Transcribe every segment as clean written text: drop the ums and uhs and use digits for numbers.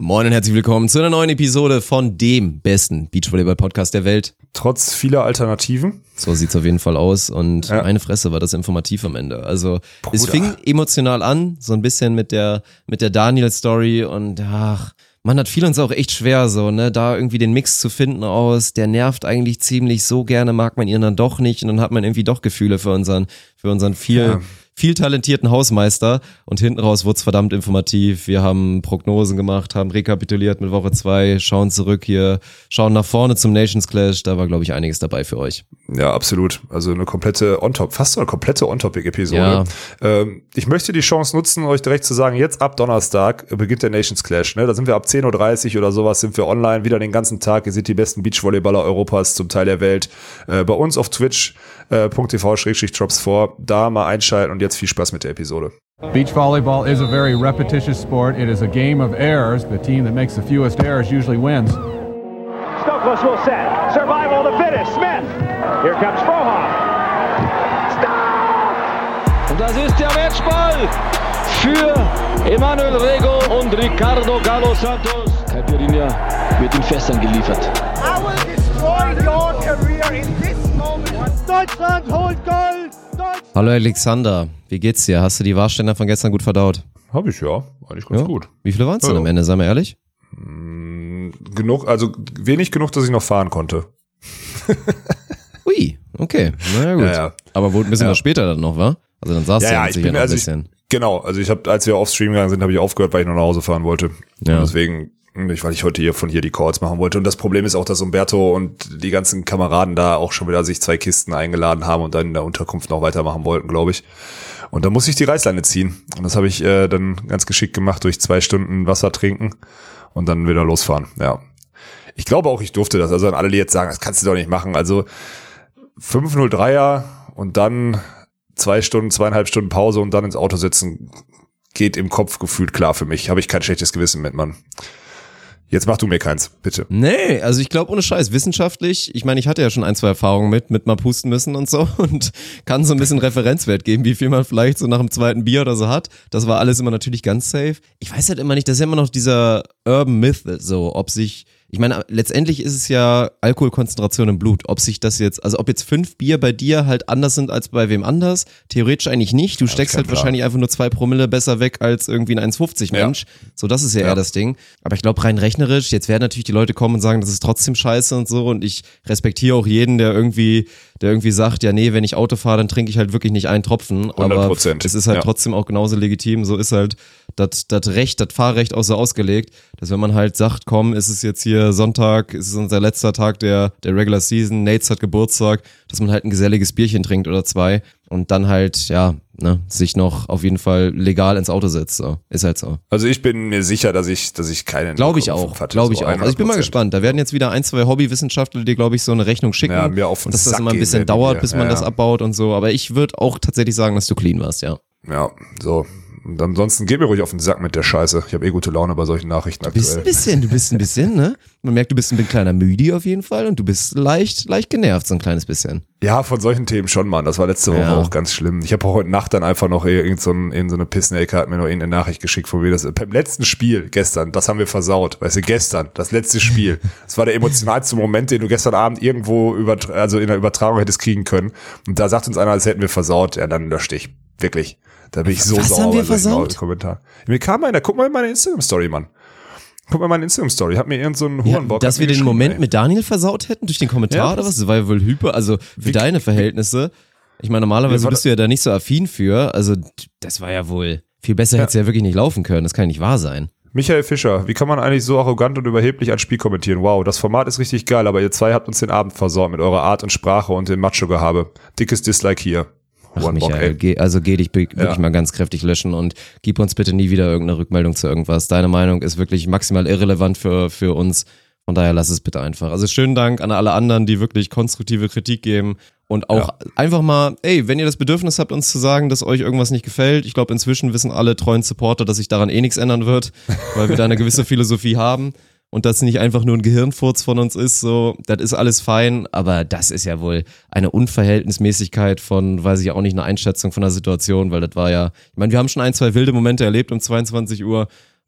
Moin und herzlich willkommen zu einer neuen Episode von dem besten Beachvolleyball-Podcast der Welt. Trotz vieler Alternativen. So sieht's auf jeden Fall aus und meine Fresse war das informativ am Ende. Also Bruder. Es fing emotional an, so ein bisschen mit der Daniel-Story und man hat viel uns auch echt schwer, so, ne, da irgendwie den Mix zu finden aus, der nervt eigentlich ziemlich, so gerne mag man ihn dann doch nicht und dann hat man irgendwie doch Gefühle für unseren viel talentierten Hausmeister und hinten raus wurde es verdammt informativ. Wir haben Prognosen gemacht, haben rekapituliert mit Woche 2, schauen zurück hier, schauen nach vorne zum Nations Clash, da war, glaube ich, einiges dabei für euch. Ja, absolut. Also eine komplette fast so eine komplette On-Topic-Episode. Ja. Ich möchte die Chance nutzen, euch direkt zu sagen, jetzt ab Donnerstag beginnt der Nations Clash. Ne? Da sind wir ab 10.30 Uhr oder sowas, sind wir online, wieder den ganzen Tag. Ihr seht die besten Beachvolleyballer Europas, zum Teil der Welt. Bei uns auf twitch.tv/drops4, da mal einschalten und jetzt viel Spaß mit der Episode. Beach volleyball is a very repetitious sport. It is a game of errors. The team that makes the fewest errors usually wins. Stokos will set. Survival of the fittest. Smith. Here comes Frohoff. Stop! Und das ist der Matchball für Emanuel Rego und Ricardo Galo Santos. Caipirinha wird in Fässern geliefert. I will destroy your career in this moment. Deutschland holt Gold! Hallo Alexander, wie geht's dir? Hast du die Warsteiner von gestern gut verdaut? Hab ich ja, eigentlich ganz gut. Wie viele waren es denn am Ende, sei mal ehrlich? Genug, also wenig genug, dass ich noch fahren konnte. Ui, okay, naja gut. Ja. Aber wurde ein bisschen was später dann noch, wa? Also dann saß du ja sicher noch ein bisschen. Genau, also ich habe, als wir auf Stream gegangen sind, habe ich aufgehört, weil ich noch nach Hause fahren wollte. Ja. Und deswegen, weil ich heute von hier die Calls machen wollte. Und das Problem ist auch, dass Umberto und die ganzen Kameraden da auch schon wieder sich 2 Kisten eingeladen haben und dann in der Unterkunft noch weitermachen wollten, glaube ich. Und da muss ich die Reißleine ziehen. Und das habe ich dann ganz geschickt gemacht, durch 2 Stunden Wasser trinken und dann wieder losfahren. Ja. Ich glaube auch, ich durfte das. Also an alle, die jetzt sagen, das kannst du doch nicht machen. Also 5:03er und dann 2,5 Stunden Pause und dann ins Auto sitzen, geht im Kopf gefühlt klar für mich. Habe ich kein schlechtes Gewissen mit, Mann. Jetzt mach du mir keins, bitte. Nee, also ich glaube ohne Scheiß, wissenschaftlich, ich meine, ich hatte ja schon 1, 2 Erfahrungen mit mal pusten müssen und so und kann so ein bisschen Referenzwert geben, wie viel man vielleicht so nach dem 2. Bier oder so hat. Das war alles immer natürlich ganz safe. Ich weiß halt immer nicht, das ist ja immer noch dieser Urban Myth, so, ob sich, ich meine, letztendlich ist es ja Alkoholkonzentration im Blut. Ob sich das jetzt, also ob jetzt 5 Bier bei dir halt anders sind als bei wem anders, theoretisch eigentlich nicht. Du steckst halt wahrscheinlich einfach nur 2 Promille besser weg als irgendwie ein 1,50 Mensch. Ja. So, das ist ja eher das Ding. Aber ich glaube rein rechnerisch, jetzt werden natürlich die Leute kommen und sagen, das ist trotzdem scheiße und so. Und ich respektiere auch jeden, der irgendwie sagt, ja nee, wenn ich Auto fahre, dann trinke ich halt wirklich nicht einen Tropfen. 100%. Aber es ist halt trotzdem auch genauso legitim. So ist halt das Fahrrecht auch so ausgelegt, dass wenn man halt sagt, komm, ist es jetzt hier Sonntag, ist es unser letzter Tag der Regular Season, Nates hat Geburtstag, dass man halt ein geselliges Bierchen trinkt oder 2 und dann halt, sich noch auf jeden Fall legal ins Auto setzt. So. Ist halt so. Also ich bin mir sicher, dass ich keinen... Glaube ich auch. Also ich bin mal gespannt. Da werden jetzt wieder 1, 2 Hobbywissenschaftler dir, glaube ich, so eine Rechnung schicken. Ja, mir auf den und dass Sack das immer ein bisschen dauert, bis man das abbaut und so. Aber ich würde auch tatsächlich sagen, dass du clean warst, ja. Ja, so. Und ansonsten geht mir ruhig auf den Sack mit der Scheiße. Ich habe gute Laune bei solchen Nachrichten aktuell. Du bist ein bisschen, ne? Man merkt, du bist ein kleiner Müdi auf jeden Fall und du bist leicht genervt, so ein kleines bisschen. Ja, von solchen Themen schon, Mann. Das war letzte Woche auch ganz schlimm. Ich habe heute Nacht dann einfach noch so eine Pissnelke hat mir noch irgendeine Nachricht geschickt von mir. Das beim letzten Spiel gestern, das haben wir versaut. Weißt du, gestern, das letzte Spiel. Das war der emotionalste Moment, den du gestern Abend irgendwo in der Übertragung hättest kriegen können. Und da sagt uns einer, als hätten wir versaut. Ja, dann löschte ich. Wirklich. Da bin ich so sauer. Was haben wir versaut? Kommentar. Mir kam einer, guck mal in meine Instagram-Story, Mann. Guck mal meine Instagram-Story. Hat mir irgend so ein Hurenbock. Dass wir den Moment mit Daniel versaut hätten durch den Kommentar oder was? Das war ja wohl hyper, also für deine Verhältnisse. Ich meine, normalerweise bist du ja da nicht so affin für. Also das war ja wohl, viel besser hätte es ja wirklich nicht laufen können. Das kann ja nicht wahr sein. Michael Fischer, wie kann man eigentlich so arrogant und überheblich ein Spiel kommentieren? Wow, das Format ist richtig geil, aber ihr 2 habt uns den Abend versaut mit eurer Art und Sprache und dem Macho-Gehabe. Dickes Dislike hier. Ach, Michael, geh dich wirklich mal ganz kräftig löschen und gib uns bitte nie wieder irgendeine Rückmeldung zu irgendwas. Deine Meinung ist wirklich maximal irrelevant für uns. Von daher lass es bitte einfach. Also schönen Dank an alle anderen, die wirklich konstruktive Kritik geben und auch einfach mal, wenn ihr das Bedürfnis habt, uns zu sagen, dass euch irgendwas nicht gefällt. Ich glaube, inzwischen wissen alle treuen Supporter, dass sich daran nichts ändern wird, weil wir da eine gewisse Philosophie haben. Und das nicht einfach nur ein Gehirnfurz von uns ist, so, das ist alles fein, aber das ist ja wohl eine Unverhältnismäßigkeit von, weiß ich auch nicht, eine Einschätzung von der Situation, weil das war ja, ich meine, wir haben schon 1, 2 wilde Momente erlebt um 22 Uhr,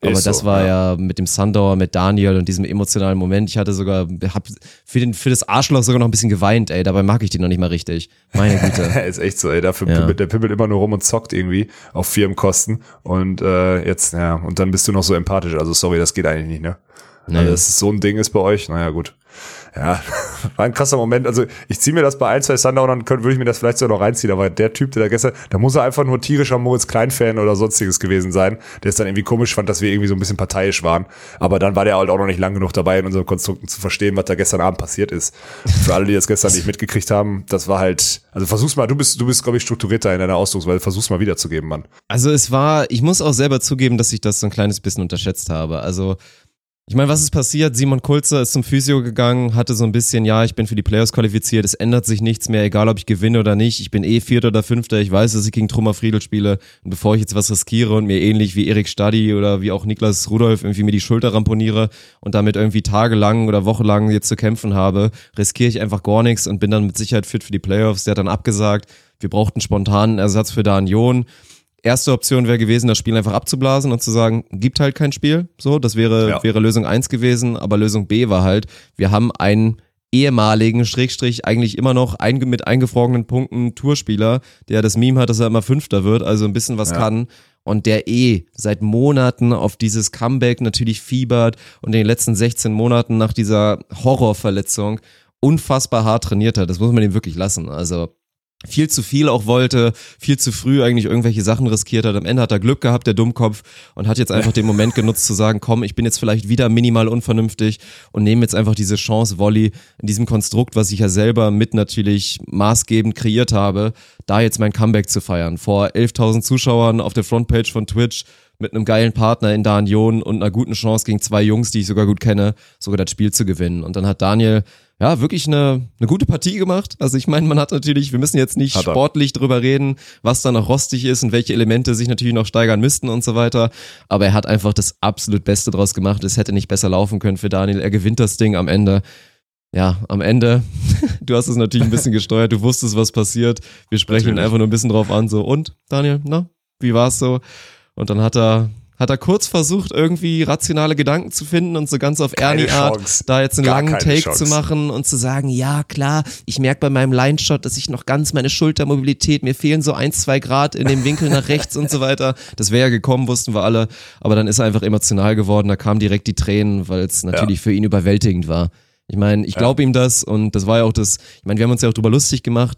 Aber das war ja mit dem Sundowner, mit Daniel und diesem emotionalen Moment. Ich hatte sogar, hab für das Arschloch sogar noch ein bisschen geweint, ey. Dabei mag ich den noch nicht mal richtig. Meine Güte. Ist echt so, ey. Dafür der pimmelt immer nur rum und zockt irgendwie auf Firmenkosten. Und jetzt, und dann bist du noch so empathisch. Also sorry, das geht eigentlich nicht, ne? Nee. Also, dass es so ein Ding ist bei euch, naja, gut. Ja, war ein krasser Moment. Also ich ziehe mir das bei 1, 2 Sundownern, würde ich mir das vielleicht sogar noch reinziehen, aber der Typ, der da gestern, da muss er einfach nur tierischer Moritz Klein-Fan oder sonstiges gewesen sein, der es dann irgendwie komisch fand, dass wir irgendwie so ein bisschen parteiisch waren. Aber dann war der halt auch noch nicht lang genug dabei, in unseren Konstrukten zu verstehen, was da gestern Abend passiert ist. Für alle, die das gestern nicht mitgekriegt haben, das war halt, also versuch's mal, du bist glaube ich, strukturierter in deiner Ausdrucksweise, versuch's mal wiederzugeben, Mann. Also ich muss auch selber zugeben, dass ich das so ein kleines bisschen unterschätzt habe. Also ich meine, was ist passiert? Simon Kulzer ist zum Physio gegangen, hatte so ein bisschen, ich bin für die Playoffs qualifiziert, es ändert sich nichts mehr, egal ob ich gewinne oder nicht, ich bin 4. oder 5. Ich weiß, dass ich gegen Trummer Friedl spiele und bevor ich jetzt was riskiere und mir ähnlich wie Erik Stadi oder wie auch Niklas Rudolph irgendwie mir die Schulter ramponiere und damit irgendwie tagelang oder wochenlang jetzt zu kämpfen habe, riskiere ich einfach gar nichts und bin dann mit Sicherheit fit für die Playoffs. Der hat dann abgesagt, wir brauchten spontanen Ersatz für Dan John. Erste Option wäre gewesen, das Spiel einfach abzublasen und zu sagen, gibt halt kein Spiel. So, das wäre Lösung 1 gewesen, aber Lösung B war halt, wir haben einen ehemaligen, eigentlich immer noch mit eingefrorenen Punkten Tourspieler, der das Meme hat, dass er immer 5. wird, also ein bisschen was kann. Und der seit Monaten auf dieses Comeback natürlich fiebert und in den letzten 16 Monaten nach dieser Horrorverletzung unfassbar hart trainiert hat. Das muss man ihm wirklich lassen. Also viel zu viel auch wollte, viel zu früh eigentlich irgendwelche Sachen riskiert hat. Am Ende hat er Glück gehabt, der Dummkopf, und hat jetzt einfach den Moment genutzt zu sagen, komm, ich bin jetzt vielleicht wieder minimal unvernünftig und nehme jetzt einfach diese Chance Volley in diesem Konstrukt, was ich ja selber mit natürlich maßgebend kreiert habe, da jetzt mein Comeback zu feiern. Vor 11.000 Zuschauern auf der Frontpage von Twitch mit einem geilen Partner in Dan John und einer guten Chance gegen 2 Jungs, die ich sogar gut kenne, sogar das Spiel zu gewinnen. Und dann hat Daniel wirklich eine gute Partie gemacht. Also ich meine, man hat natürlich, wir müssen jetzt nicht sportlich drüber reden, was da noch rostig ist und welche Elemente sich natürlich noch steigern müssten und so weiter. Aber er hat einfach das absolut Beste draus gemacht. Es hätte nicht besser laufen können für Daniel. Er gewinnt das Ding am Ende. Ja, am Ende, du hast es natürlich ein bisschen gesteuert, du wusstest, was passiert. Wir sprechen ihn einfach nur ein bisschen drauf an, so, und Daniel, wie war's so? Und dann hat er kurz versucht, irgendwie rationale Gedanken zu finden und so ganz auf Ernie-Art da jetzt einen langen Take zu machen und zu sagen, ja klar, ich merke bei meinem Line-Shot, dass ich noch ganz meine Schultermobilität, mir fehlen so 1-2 Grad in dem Winkel nach rechts und so weiter. Das wäre ja gekommen, wussten wir alle, aber dann ist er einfach emotional geworden, da kamen direkt die Tränen, weil es natürlich für ihn überwältigend war. Ich meine, ich glaube ihm das, und das war ja auch das, ich meine, wir haben uns ja auch drüber lustig gemacht,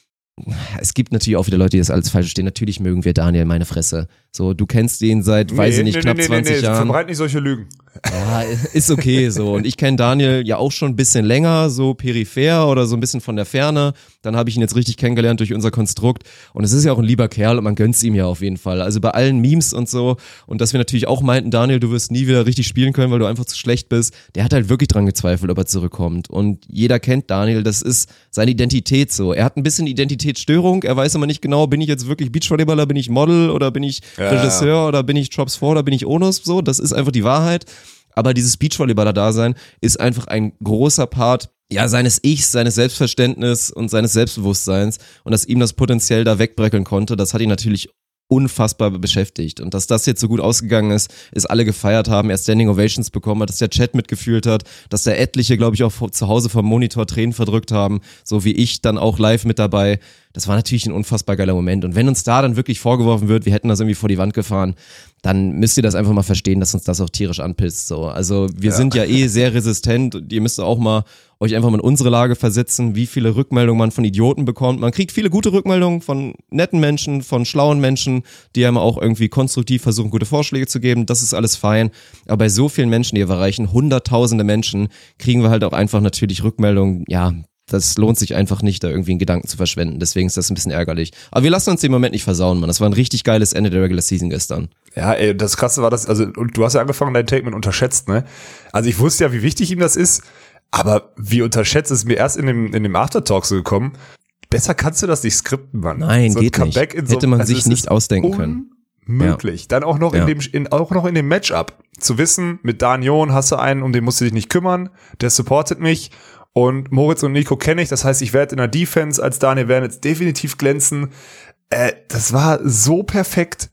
es gibt natürlich auch wieder Leute, die das alles falsch verstehen. Natürlich mögen wir Daniel, meine Fresse. So, du kennst ihn seit, knapp 20 Jahren. Verbreiten nicht solche Lügen. Ja, ist okay so. Und ich kenne Daniel ja auch schon ein bisschen länger, so peripher oder so ein bisschen von der Ferne. Dann habe ich ihn jetzt richtig kennengelernt durch unser Konstrukt. Und es ist ja auch ein lieber Kerl und man gönnt's ihm ja auf jeden Fall. Also bei allen Memes und so. Und dass wir natürlich auch meinten, Daniel, du wirst nie wieder richtig spielen können, weil du einfach zu schlecht bist. Der hat halt wirklich dran gezweifelt, ob er zurückkommt. Und jeder kennt Daniel, das ist seine Identität so. Er hat ein bisschen Identitätsstörung. Er weiß immer nicht genau, bin ich jetzt wirklich Beachvolleyballer, bin ich Model oder bin ich Regisseur oder bin ich Chops 4 oder bin ich Onus, so. Das ist einfach die Wahrheit. Aber dieses Beachvolleyballer-Dasein ist einfach ein großer Part, seines Ichs, seines Selbstverständnisses und seines Selbstbewusstseins, und dass ihm das potenziell da wegbreckeln konnte, das hat ihn natürlich unfassbar beschäftigt. Und dass das jetzt so gut ausgegangen ist alle gefeiert haben, er Standing Ovations bekommen hat, dass der Chat mitgefühlt hat, dass da etliche, glaube ich, auch zu Hause vom Monitor Tränen verdrückt haben, so wie ich dann auch live mit dabei. Das war natürlich ein unfassbar geiler Moment. Und wenn uns da dann wirklich vorgeworfen wird, wir hätten das irgendwie vor die Wand gefahren, dann müsst ihr das einfach mal verstehen, dass uns das auch tierisch anpisst. So. Also wir sind ja sehr resistent, und ihr müsst auch mal euch einfach mal in unsere Lage versetzen, wie viele Rückmeldungen man von Idioten bekommt. Man kriegt viele gute Rückmeldungen von netten Menschen, von schlauen Menschen, die einem auch irgendwie konstruktiv versuchen, gute Vorschläge zu geben. Das ist alles fein. Aber bei so vielen Menschen, die wir erreichen, hunderttausende Menschen, kriegen wir halt auch einfach natürlich Rückmeldungen, das lohnt sich einfach nicht, da irgendwie einen Gedanken zu verschwenden. Deswegen ist das ein bisschen ärgerlich. Aber wir lassen uns den Moment nicht versauen, Mann. Das war ein richtig geiles Ende der Regular Season gestern. Ja, das Krasse war das, und du hast ja angefangen, dein Take mit unterschätzt, ne? Also ich wusste ja, wie wichtig ihm das ist, aber wie unterschätzt ist mir erst in dem Aftertalk so gekommen. Besser kannst du das nicht skripten, Mann. Nein, so geht nicht. Hätte man sich nicht ausdenken können. Möglich. Ja. Dann auch noch in dem Matchup. Zu wissen, mit Dan John hast du einen, um den musst du dich nicht kümmern, der supportet mich. Und Moritz und Nico kenne ich, das heißt, ich werde in der Defense als Daniel werden jetzt definitiv glänzen. Das war so perfekt.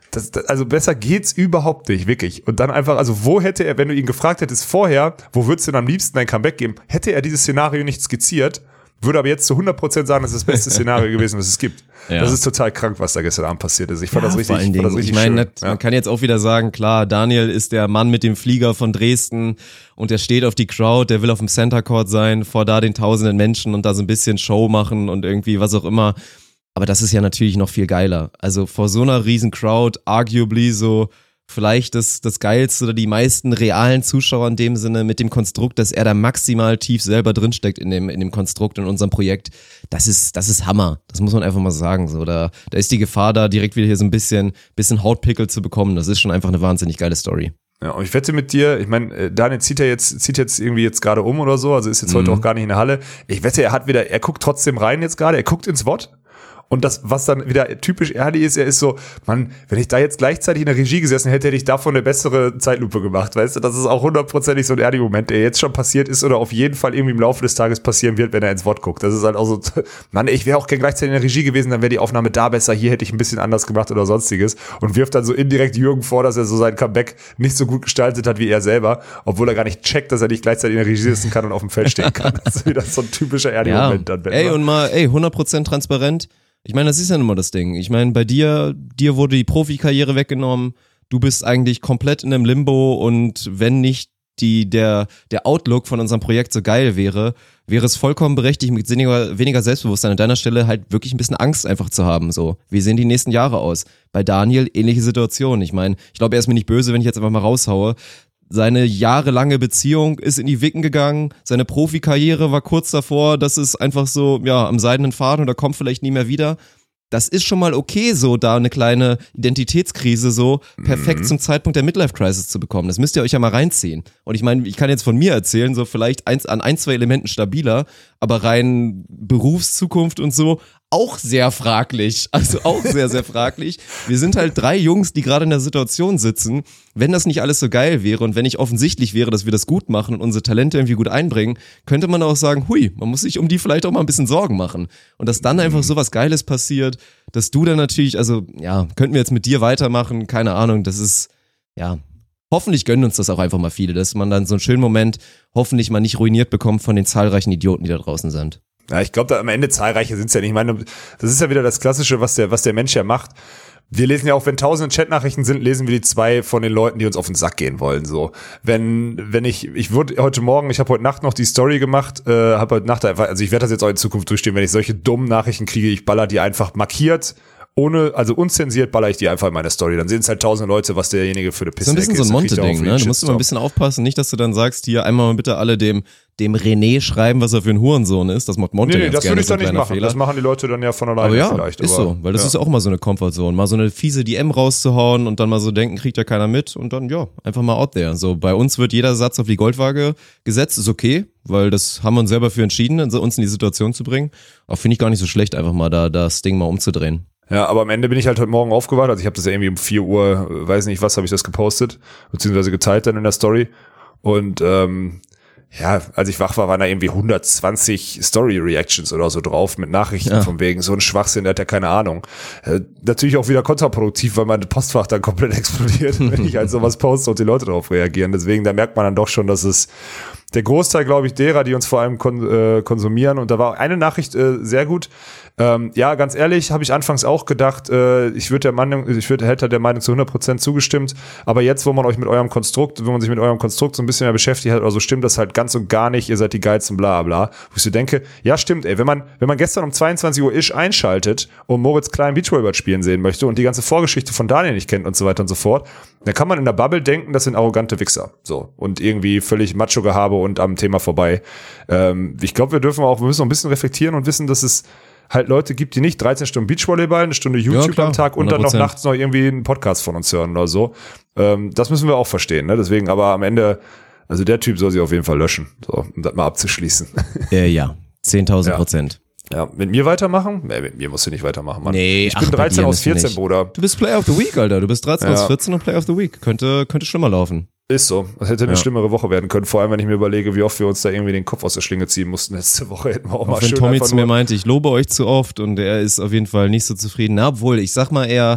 Also besser geht's überhaupt nicht, wirklich. Und dann einfach, also wo hätte er, wenn du ihn gefragt hättest vorher, wo würdest du denn am liebsten ein Comeback geben, hätte er dieses Szenario nicht skizziert, würde aber jetzt zu 100% sagen, das ist das beste Szenario gewesen, was es gibt. Ja. Das ist total krank, was da gestern Abend passiert ist. Ich fand das richtig ich meine, man kann jetzt auch wieder sagen, klar, Daniel ist der Mann mit dem Flieger von Dresden und der steht auf die Crowd, der will auf dem Center Court sein, vor da den tausenden Menschen und da so ein bisschen Show machen und irgendwie was auch immer. Aber das ist ja natürlich noch viel geiler. Also vor so einer riesen Crowd, arguably so vielleicht das Geilste oder die meisten realen Zuschauer in dem Sinne mit dem Konstrukt, dass er da maximal tief selber drinsteckt in dem Konstrukt, in unserem Projekt. Das ist Hammer. Das muss man einfach mal sagen. So, da ist die Gefahr da, direkt wieder hier so ein bisschen Hautpickel zu bekommen. Das ist schon einfach eine wahnsinnig geile Story. Ja, und ich wette mit dir, ich meine, Daniel zieht jetzt irgendwie jetzt gerade um oder so, also ist jetzt heute auch gar nicht in der Halle. Ich wette, er guckt trotzdem rein jetzt gerade, er guckt ins Wort. Und das, was dann wieder typisch Erdi ist, er ist so, Mann, wenn ich da jetzt gleichzeitig in der Regie gesessen hätte, hätte ich davon eine bessere Zeitlupe gemacht, weißt du? Das ist auch 100%ig so ein Erdi-Moment, der jetzt schon passiert ist oder auf jeden Fall irgendwie im Laufe des Tages passieren wird, wenn er ins Wort guckt. Das ist halt auch so, Mann, ich wäre auch gern gleichzeitig in der Regie gewesen, dann wäre die Aufnahme da besser, hier hätte ich ein bisschen anders gemacht oder sonstiges und wirft dann so indirekt Jürgen vor, dass er so sein Comeback nicht so gut gestaltet hat wie er selber, obwohl er gar nicht checkt, dass er nicht gleichzeitig in der Regie sitzen kann und auf dem Feld stehen kann. Das ist wieder so ein typischer Erdi-Moment dann. Und mal, 100% transparent. Ich meine, das ist ja nun mal das Ding. Ich meine, bei dir wurde die Profikarriere weggenommen. Du bist eigentlich komplett in einem Limbo und wenn nicht der Outlook von unserem Projekt so geil wäre es vollkommen berechtigt, mit weniger Selbstbewusstsein an deiner Stelle halt wirklich ein bisschen Angst einfach zu haben. So, wie sehen die nächsten Jahre aus? Bei Daniel ähnliche Situation. Ich meine, ich glaube, er ist mir nicht böse, wenn ich jetzt einfach mal raushaue. Seine jahrelange Beziehung ist in die Wicken gegangen, seine Profikarriere war kurz davor, das ist einfach so, ja, am seidenen Faden und er kommt vielleicht nie mehr wieder. Das ist schon mal okay, so da eine kleine Identitätskrise so perfekt zum Zeitpunkt der Midlife-Crisis zu bekommen. Das müsst ihr euch ja mal reinziehen. Und ich meine, ich kann jetzt von mir erzählen, so vielleicht an 1-2 Elementen stabiler, aber rein Berufszukunft und so auch sehr fraglich. Also auch sehr, sehr fraglich. Wir sind halt 3 Jungs, die gerade in der Situation sitzen. Wenn das nicht alles so geil wäre und wenn nicht offensichtlich wäre, dass wir das gut machen und unsere Talente irgendwie gut einbringen, könnte man auch sagen, hui, man muss sich um die vielleicht auch mal ein bisschen Sorgen machen. Und dass dann einfach so was Geiles passiert, dass du dann natürlich, also ja, könnten wir jetzt mit dir weitermachen, keine Ahnung, das ist, ja, hoffentlich gönnen uns das auch einfach mal viele, dass man dann so einen schönen Moment hoffentlich mal nicht ruiniert bekommt von den zahlreichen Idioten, die da draußen sind. Ja, ich glaube, da am Ende zahlreiche sind es ja nicht. Ich meine, das ist ja wieder das Klassische, was der Mensch ja macht. Wir lesen ja auch, wenn 1000 Chatnachrichten sind, lesen wir die 2 von den Leuten, die uns auf den Sack gehen wollen. So, wenn ich wurde heute Morgen, ich habe heute Nacht noch die Story gemacht, habe heute Nacht einfach, also ich werde das jetzt auch in Zukunft durchstehen, wenn ich solche dummen Nachrichten kriege, ich baller die einfach markiert. Also unzensiert baller ich die einfach in meine Story. Dann sehen es halt 1000 Leute, was derjenige für eine Pisse ist. So ein bisschen so ein Monte-Ding, ne? Du musst immer ein bisschen aufpassen, nicht, dass du dann sagst, hier einmal mal bitte alle dem René schreiben, was er für ein Hurensohn ist. Das macht Monte ganz das gerne. würde ich dann nicht machen. Fehler. Das machen die Leute dann ja von alleine aber ja, vielleicht. Ist so, weil das ist auch mal so eine Comfortzone. Mal so eine fiese DM rauszuhauen und dann mal so denken, kriegt ja keiner mit und dann, ja, einfach mal out there. So, bei uns wird jeder Satz auf die Goldwaage gesetzt, ist okay, weil das haben wir uns selber für entschieden, uns in die Situation zu bringen. Aber finde ich gar nicht so schlecht, einfach mal da das Ding mal umzudrehen. Ja, aber am Ende bin ich halt heute Morgen aufgewacht, also ich habe das ja irgendwie um 4 Uhr, weiß nicht was, habe ich das gepostet, beziehungsweise geteilt dann in der Story und ja, als ich wach war, waren da irgendwie 120 Story-Reactions oder so drauf mit Nachrichten von wegen, so ein Schwachsinn, der hat ja keine Ahnung. Natürlich auch wieder kontraproduktiv, weil mein Postfach dann komplett explodiert, wenn ich halt sowas poste und die Leute darauf reagieren. Deswegen, da merkt man dann doch schon, dass es der Großteil, glaube ich, derer, die uns vor allem konsumieren. Und da war eine Nachricht sehr gut. Ja, ganz ehrlich, habe ich anfangs auch gedacht, ich hätte der Meinung zu 100% zugestimmt. Aber jetzt, wenn man sich mit eurem Konstrukt so ein bisschen mehr beschäftigt hat, oder so, stimmt das halt ganz und gar nicht. Ihr seid die geilsten, bla bla. Wo ich so denke, ja, stimmt, ey. Wenn man gestern um 22 Uhr einschaltet und Moritz Klein Beachvolleyball spielen sehen möchte und die ganze Vorgeschichte von Daniel nicht kennt und so weiter und so fort, dann kann man in der Bubble denken, das sind arrogante Wichser. So. Und irgendwie völlig Macho-Gehabe und am Thema vorbei. Ich glaube, wir müssen noch ein bisschen reflektieren und wissen, dass es halt Leute gibt, die nicht 13 Stunden Beachvolleyball, eine Stunde YouTube am Tag und 100%. Dann noch nachts noch irgendwie einen Podcast von uns hören oder so. Das müssen wir auch verstehen, ne? Deswegen, aber am Ende, also der Typ soll sich auf jeden Fall löschen, so, um das mal abzuschließen. Ja, 10.000%. Ja, mit mir weitermachen? Nee, mit mir musst du nicht weitermachen, Mann. Nee, ich bin 13 aus 14, Bruder. Du bist Player of the Week, Alter. Du bist 13 aus 14 und Player of the Week. Könnte schlimmer laufen. Ist so. Das hätte eine schlimmere Woche werden können. Vor allem, wenn ich mir überlege, wie oft wir uns da irgendwie den Kopf aus der Schlinge ziehen mussten. Letzte Woche hätten wir auch mal schön. Wenn Tommy zu mir meinte, ich lobe euch zu oft und er ist auf jeden Fall nicht so zufrieden. Na, obwohl, ich sag mal eher,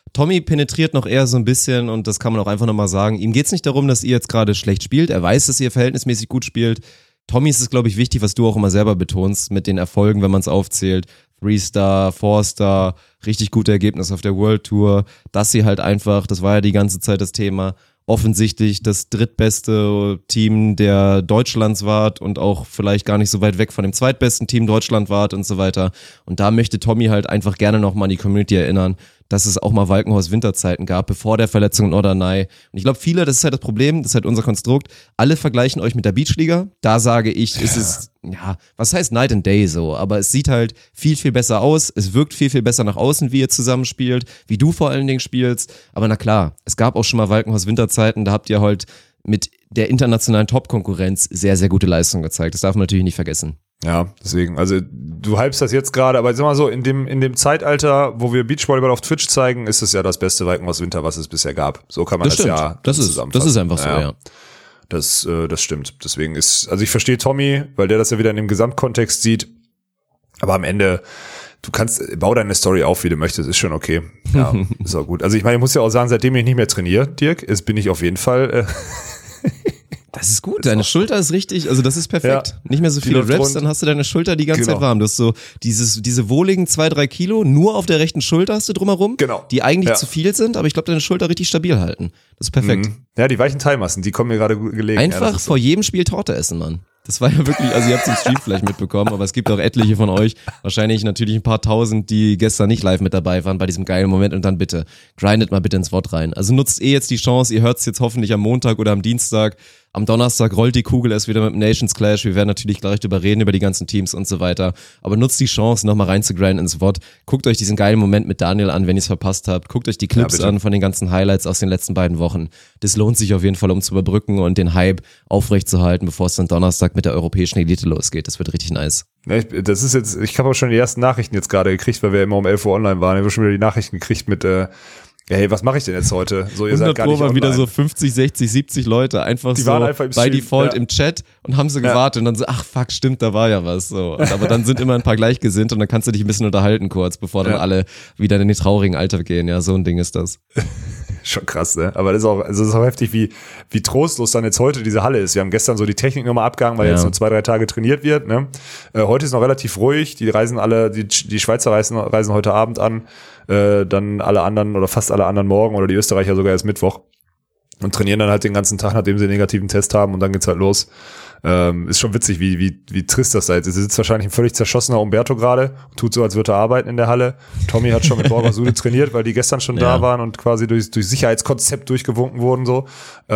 Tommy penetriert noch eher so ein bisschen und das kann man auch einfach nochmal sagen. Ihm geht's nicht darum, dass ihr jetzt gerade schlecht spielt. Er weiß, dass ihr verhältnismäßig gut spielt. Tommy ist es, glaube ich, wichtig, was du auch immer selber betonst mit den Erfolgen, wenn man es aufzählt. 3-Star, 4-Star, richtig gute Ergebnisse auf der World Tour. Dass sie halt einfach, das war ja die ganze Zeit das Thema, offensichtlich das drittbeste Team der Deutschlands wart und auch vielleicht gar nicht so weit weg von dem zweitbesten Team Deutschland wart und so weiter. Und da möchte Tommy halt einfach gerne nochmal an die Community erinnern, dass es auch mal Walkenhorst-Winterzeiten gab, bevor der Verletzung in Norderney. Und ich glaube, viele, das ist halt das Problem, das ist halt unser Konstrukt, alle vergleichen euch mit der Beachliga. Da sage ich, ist es, ja, was heißt Night and Day so, aber es sieht halt viel, viel besser aus, es wirkt viel, viel besser nach außen, wie ihr zusammenspielt, wie du vor allen Dingen spielst. Aber na klar, es gab auch schon mal Walkenhorst-Winterzeiten, da habt ihr halt mit der internationalen Top-Konkurrenz sehr, sehr gute Leistungen gezeigt. Das darf man natürlich nicht vergessen. Ja, deswegen, also du hypst das jetzt gerade, aber sag mal so, in dem Zeitalter, wo wir Beachvolleyball auf Twitch zeigen, ist es ja das beste Walkenhorst-Winter, was es bisher gab. So kann man das ja zusammenfassen. Das ist einfach so, ja. Das stimmt. Deswegen ist, also ich verstehe Tommy, weil der das ja wieder in dem Gesamtkontext sieht, aber am Ende, bau deine Story auf, wie du möchtest, ist schon okay. Ja, ist auch gut. Also ich meine, ich muss ja auch sagen, seitdem ich nicht mehr trainiere, Dirk, bin ich auf jeden Fall das ist gut, deine Schulter ist richtig, also das ist perfekt. Ja. Nicht mehr so viele Reps, dann hast du deine Schulter die ganze Zeit warm. Du hast so diese wohligen 2-3 Kilo nur auf der rechten Schulter hast du drumherum, die eigentlich zu viel sind, aber ich glaube, deine Schulter richtig stabil halten. Das ist perfekt. Ja, die weichen Teilmassen, die kommen mir gerade gelegen. Einfach vor jedem Spiel Torte essen, Mann. Das war ja wirklich, also ihr habt es im Stream vielleicht mitbekommen, aber es gibt auch etliche von euch, wahrscheinlich natürlich ein paar tausend, die gestern nicht live mit dabei waren bei diesem geilen Moment und dann bitte, grindet mal bitte ins Wort rein. Also nutzt jetzt die Chance, ihr hört es jetzt hoffentlich am Montag oder am Dienstag, am Donnerstag rollt die Kugel erst wieder mit dem Nations Clash, wir werden natürlich gleich drüber reden, über die ganzen Teams und so weiter, aber nutzt die Chance, nochmal rein zu grinden ins Wort, guckt euch diesen geilen Moment mit Daniel an, wenn ihr es verpasst habt, guckt euch die Clips an von den ganzen Highlights aus den letzten beiden Wochen, das lohnt sich auf jeden Fall, um zu überbrücken und den Hype aufrechtzuerhalten, bevor es dann Donnerstag mit der europäischen Elite losgeht, das wird richtig nice. Ja, ich habe auch schon die ersten Nachrichten jetzt gerade gekriegt, weil wir immer um 11 Uhr online waren, ich habe schon wieder die Nachrichten gekriegt mit hey, was mache ich denn jetzt heute? So, ihr seid gar nicht online. Wieder so 50, 60, 70 Leute einfach die so waren einfach bei Default im Chat und haben so gewartet und dann so, ach fuck, stimmt, da war ja was. So. Aber dann sind immer ein paar gleichgesinnt und dann kannst du dich ein bisschen unterhalten kurz, bevor dann alle wieder in den traurigen Alter gehen. Ja, so ein Ding ist das. Schon krass, ne? Aber das ist auch heftig, wie trostlos dann jetzt heute diese Halle ist. Wir haben gestern so die Technik nochmal abgegangen, weil jetzt nur 2-3 Tage trainiert wird, ne? Heute ist noch relativ ruhig. Die reisen alle, die Schweizer reisen heute Abend an, dann alle anderen oder fast alle anderen morgen oder die Österreicher sogar erst Mittwoch und trainieren dann halt den ganzen Tag, nachdem sie einen negativen Test haben und dann geht's halt los. Ist schon witzig, wie trist das da ist. Es sitzt wahrscheinlich ein völlig zerschossener Umberto gerade und tut so, als würde er arbeiten in der Halle. Tommy hat schon mit Borgasude trainiert, weil die gestern schon da waren und quasi durch Sicherheitskonzept durchgewunken wurden, so.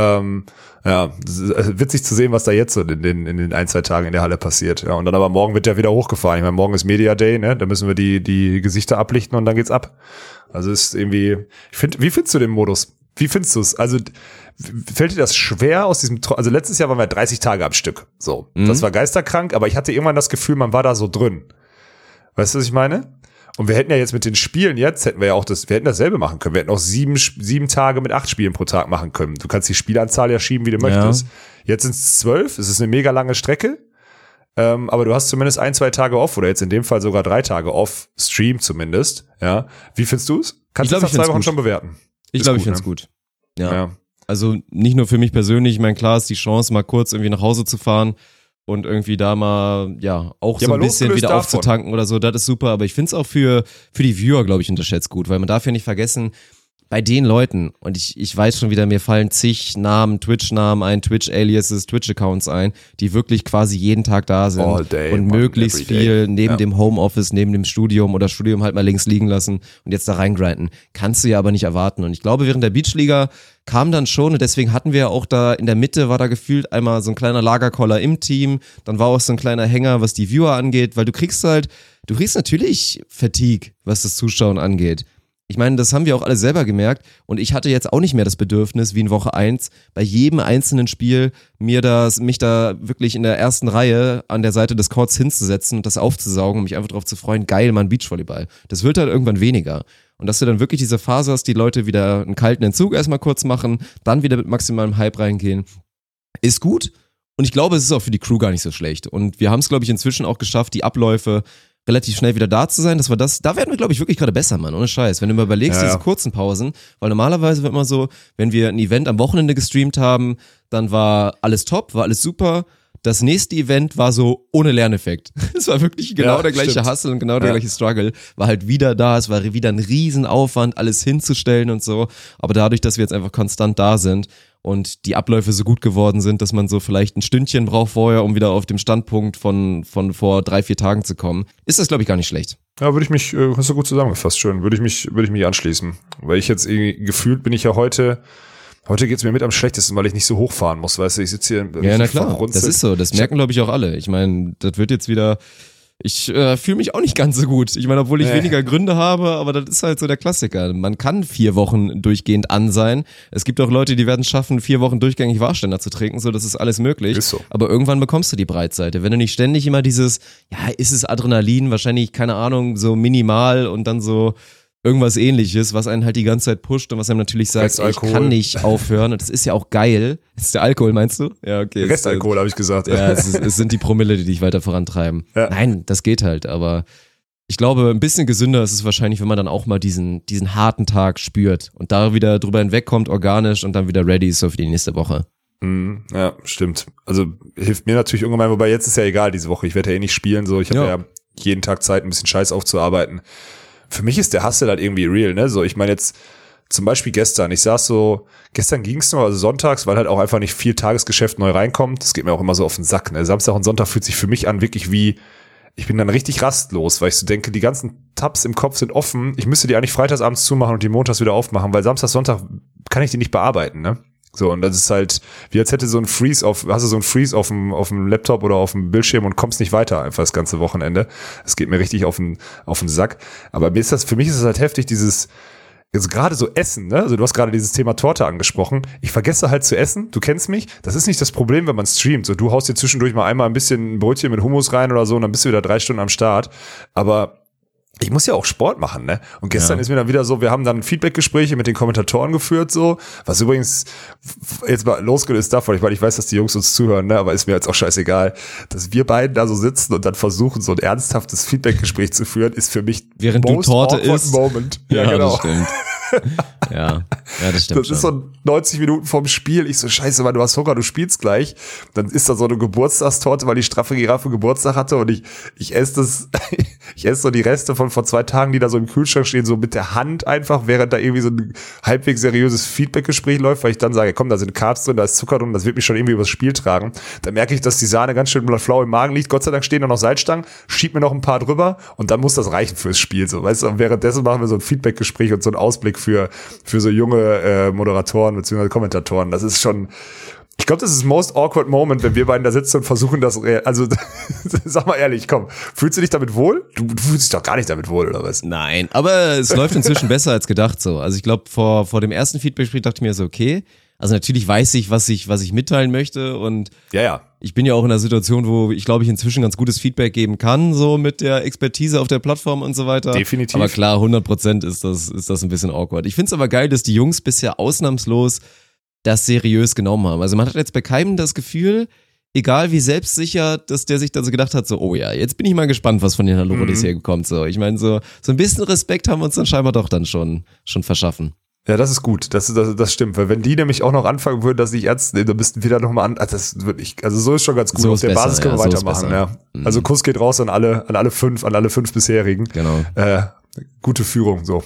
Das ist witzig zu sehen, was da jetzt so in den 1-2 Tagen in der Halle passiert. Ja, und dann aber morgen wird der wieder hochgefahren. Ich meine, morgen ist Media Day, ne? Da müssen wir die Gesichter ablichten und dann geht's ab. Also ist irgendwie, wie findest du den Modus? Wie findest du es? Also, fällt dir das schwer aus diesem, also letztes Jahr waren wir 30 Tage am Stück. So. Das war geisterkrank, aber ich hatte irgendwann das Gefühl, man war da so drin. Weißt du, was ich meine? Und wir hätten ja jetzt mit den Spielen wir hätten dasselbe machen können. Wir hätten auch 7 Tage mit 8 Spielen pro Tag machen können. Du kannst die Spielanzahl ja schieben, wie du möchtest. Jetzt sind es 12. Es ist eine mega lange Strecke. Aber du hast zumindest 1-2 Tage off oder jetzt in dem Fall sogar 3 Tage off, Stream zumindest. Ja. Wie findest du es? Kannst du das nach 2 Wochen schon bewerten? Ich glaube, ich finde es gut. Ja. Also nicht nur für mich persönlich, ich meine, klar ist die Chance, mal kurz irgendwie nach Hause zu fahren und irgendwie da mal, auch so ein bisschen wieder aufzutanken oder so, das ist super, aber ich finde es auch für die Viewer, glaube ich, unterschätzt gut, weil man darf ja nicht vergessen, bei den Leuten, und ich weiß schon wieder, mir fallen zig Namen, Twitch-Namen ein, Twitch-Aliases, Twitch-Accounts ein, die wirklich quasi jeden Tag da sind und möglichst viel neben dem Homeoffice, neben dem Studium oder Studium halt mal links liegen lassen und jetzt da reingrinden. Kannst du ja aber nicht erwarten. Und ich glaube, während der Beachliga kam dann schon, und deswegen hatten wir ja auch da in der Mitte, war da gefühlt einmal so ein kleiner Lagerkoller im Team, dann war auch so ein kleiner Hänger, was die Viewer angeht, weil du kriegst natürlich Fatigue, was das Zuschauen angeht. Ich meine, das haben wir auch alle selber gemerkt und ich hatte jetzt auch nicht mehr das Bedürfnis, wie in Woche 1, bei jedem einzelnen Spiel mich da wirklich in der ersten Reihe an der Seite des Courts hinzusetzen und das aufzusaugen und mich einfach darauf zu freuen, geil, Mann, Beachvolleyball. Das wird halt irgendwann weniger. Und dass du dann wirklich diese Phase hast, die Leute wieder einen kalten Entzug erstmal kurz machen, dann wieder mit maximalem Hype reingehen, ist gut. Und ich glaube, es ist auch für die Crew gar nicht so schlecht. Und wir haben es, glaube ich, inzwischen auch geschafft, die Abläufe relativ schnell wieder da zu sein. Da werden wir, glaube ich, wirklich gerade besser, Mann, ohne Scheiß. Wenn du mal überlegst, diese kurzen Pausen, weil normalerweise wird immer so, wenn wir ein Event am Wochenende gestreamt haben, dann war alles top, war alles super. Das nächste Event war so ohne Lerneffekt. Es war wirklich genau der gleiche Hustle und genau der gleiche Struggle. War halt wieder da, es war wieder ein Riesenaufwand, alles hinzustellen und so. Aber dadurch, dass wir jetzt einfach konstant da sind und die Abläufe so gut geworden sind, dass man so vielleicht ein Stündchen braucht vorher, um wieder auf dem Standpunkt von vor 3-4 Tagen zu kommen, ist das, glaube ich, gar nicht schlecht. Ja, hast du gut zusammengefasst, schön. Würde ich mich anschließen. Weil ich jetzt irgendwie gefühlt bin ich ja heute geht's mir mit am schlechtesten, weil ich nicht so hochfahren muss, weißt du, ich sitze hier ja, na klar, das ist so, das merken, glaube ich, auch alle. Ich meine, das wird jetzt wieder, ich fühle mich auch nicht ganz so gut. Ich meine, obwohl ich weniger Gründe habe, aber das ist halt so der Klassiker. Man kann 4 Wochen durchgehend an sein. Es gibt auch Leute, die werden es schaffen, 4 Wochen durchgängig Warsteiner zu trinken, so, das ist alles möglich. Ist so. Aber irgendwann bekommst du die Breitseite. Wenn du nicht ständig immer dieses, ist es Adrenalin, wahrscheinlich, keine Ahnung, so minimal und dann so irgendwas Ähnliches, was einen halt die ganze Zeit pusht und was einem natürlich sagt, ich kann nicht aufhören. Und das ist ja auch geil. Das ist der Alkohol, meinst du? Ja, okay. Restalkohol, habe ich gesagt. Ja, es sind die Promille, die dich weiter vorantreiben. Ja. Nein, das geht halt, aber ich glaube, ein bisschen gesünder ist es wahrscheinlich, wenn man dann auch mal diesen harten Tag spürt und da wieder drüber hinwegkommt, organisch und dann wieder ready ist so für die nächste Woche. Ja, stimmt. Also hilft mir natürlich irgendwann, wobei jetzt ist ja egal diese Woche. Ich werde ja eh nicht spielen, so. Ich habe ja jeden Tag Zeit, ein bisschen Scheiß aufzuarbeiten. Für mich ist der Hustle halt irgendwie real, ne? So, ich meine jetzt zum Beispiel gestern ging's nur, also sonntags, weil halt auch einfach nicht viel Tagesgeschäft neu reinkommt. Das geht mir auch immer so auf den Sack, ne? Samstag und Sonntag fühlt sich für mich an wirklich wie, ich bin dann richtig rastlos, weil ich so denke, die ganzen Tabs im Kopf sind offen. Ich müsste die eigentlich freitagsabends zumachen und die montags wieder aufmachen, weil Samstag, Sonntag kann ich die nicht bearbeiten, ne? So, und das ist halt, wie als hätte hast du so ein Freeze auf dem Laptop oder auf dem Bildschirm und kommst nicht weiter einfach das ganze Wochenende. Das geht mir richtig auf den Sack. Aber für mich ist es halt heftig, also gerade so Essen, ne? Also du hast gerade dieses Thema Torte angesprochen. Ich vergesse halt zu essen. Du kennst mich. Das ist nicht das Problem, wenn man streamt. So, du haust dir zwischendurch mal einmal ein bisschen ein Brötchen mit Hummus rein oder so und dann bist du wieder 3 Stunden am Start. Aber ich muss ja auch Sport machen, ne? Und gestern ist mir dann wieder so, wir haben dann Feedback-Gespräche mit den Kommentatoren geführt, so, was übrigens jetzt mal losgelöst davon, weil ich weiß, dass die Jungs uns zuhören, ne? Aber ist mir jetzt auch scheißegal, dass wir beiden da so sitzen und dann versuchen, so ein ernsthaftes Feedback-Gespräch zu führen, ist für mich während du Torte isst. Moment. Ja, genau. Das stimmt. Ja, das stimmt. Das ist so 90 Minuten vorm Spiel. Ich so, scheiße, Mann, du hast Hunger, du spielst gleich. Dann ist da so eine Geburtstagstorte, weil die straffe Giraffe Geburtstag hatte und ich esse so die Reste von vor 2 Tagen, die da so im Kühlschrank stehen, so mit der Hand einfach, während da irgendwie so ein halbwegs seriöses Feedback-Gespräch läuft, weil ich dann sage, komm, da sind Carbs drin, da ist Zucker drin, das wird mich schon irgendwie übers Spiel tragen. Dann merke ich, dass die Sahne ganz schön flau im Magen liegt. Gott sei Dank stehen da noch Salzstangen, schieb mir noch ein paar drüber und dann muss das reichen fürs Spiel, so, weißt du, und währenddessen machen wir so ein Feedback-Gespräch und so einen Ausblick für so junge Moderatoren bzw. Kommentatoren. Das ist schon, ich glaube, das ist most awkward moment, wenn wir beiden da sitzen und versuchen, also sag mal ehrlich, komm, fühlst du dich damit wohl? Du fühlst dich doch gar nicht damit wohl, oder was? Nein, aber es läuft inzwischen besser als gedacht so. Also ich glaube, vor dem ersten Feedback-Gespräch dachte ich mir so, okay, also natürlich weiß ich, was ich mitteilen möchte und ich bin ja auch in einer Situation, wo ich glaube, ich inzwischen ganz gutes Feedback geben kann, so mit der Expertise auf der Plattform und so weiter. Definitiv. Aber klar, 100% ist das ein bisschen awkward. Ich find's aber geil, dass die Jungs bisher ausnahmslos das seriös genommen haben. Also man hat jetzt bei keinem das Gefühl, egal wie selbstsicher, dass der sich dann so gedacht hat, so, oh ja, jetzt bin ich mal gespannt, was von den Hallo-Rodis hier kommt. So, ich meine, so ein bisschen Respekt haben wir uns dann scheinbar doch dann schon verschaffen. Ja, das ist gut, das stimmt, weil wenn die nämlich auch noch anfangen würden, dass ich ernst nehmen, dann müssten wir da nochmal an, also so ist schon ganz gut, so auf der besser, Basis können wir weitermachen, ja. Also Kuss geht raus an alle 5 bisherigen. Genau. Gute Führung, so.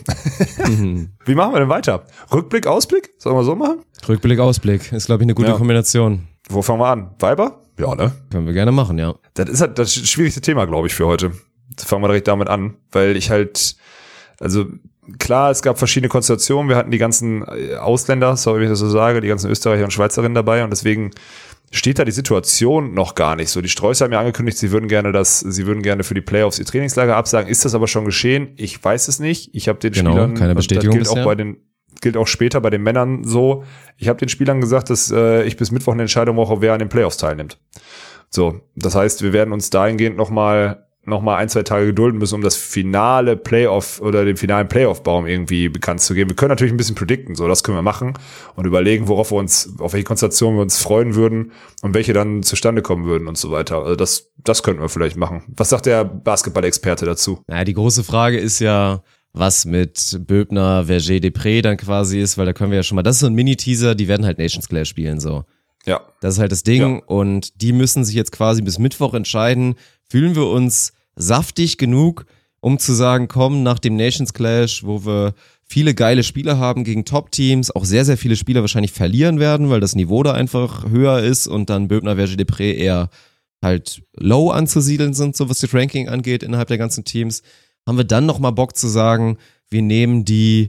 Wie machen wir denn weiter? Rückblick, Ausblick? Sollen wir so machen? Rückblick, Ausblick, ist glaube ich eine gute Kombination. Wo fangen wir an? Weiber? Ja, ne? Können wir gerne machen, ja. Das ist halt das schwierigste Thema, glaube ich, für heute. Fangen wir direkt damit an, weil ich halt, also klar, es gab verschiedene Konstellationen. Wir hatten die ganzen Ausländer, sorry, wenn ich das so sage, die ganzen Österreicher und Schweizerinnen dabei und deswegen steht da die Situation noch gar nicht so. Die Streußer haben ja angekündigt, sie würden gerne für die Playoffs ihr Trainingslager absagen. Ist das aber schon geschehen? Ich weiß es nicht. Ich habe den Spielern, keine Bestätigung das gilt auch später bei den Männern so. Ich habe den Spielern gesagt, dass ich bis Mittwoch eine Entscheidung brauche, wer an den Playoffs teilnimmt. So, das heißt, wir werden uns dahingehend nochmal nochmal 1-2 Tage gedulden müssen, um das finale Playoff oder den finalen Playoff-Baum irgendwie bekannt zu geben. Wir können natürlich ein bisschen predikten, so, das können wir machen und überlegen, auf welche Konstellation wir uns freuen würden und welche dann zustande kommen würden und so weiter. Also das könnten wir vielleicht machen. Was sagt der Basketball-Experte dazu? Naja, die große Frage ist ja, was mit Böbner, Verger, Depré dann quasi ist, weil da können wir ja schon mal, das ist so ein Mini-Teaser, die werden halt Nations Clash spielen, so. Ja. Das ist halt das Ding und die müssen sich jetzt quasi bis Mittwoch entscheiden, fühlen wir uns saftig genug, um zu sagen, komm, nach dem Nations Clash, wo wir viele geile Spiele haben gegen Top-Teams, auch sehr, sehr viele Spieler wahrscheinlich verlieren werden, weil das Niveau da einfach höher ist und dann Böbner, Verger, Depré eher halt low anzusiedeln sind, so was das Ranking angeht innerhalb der ganzen Teams, haben wir dann nochmal Bock zu sagen, wir nehmen die,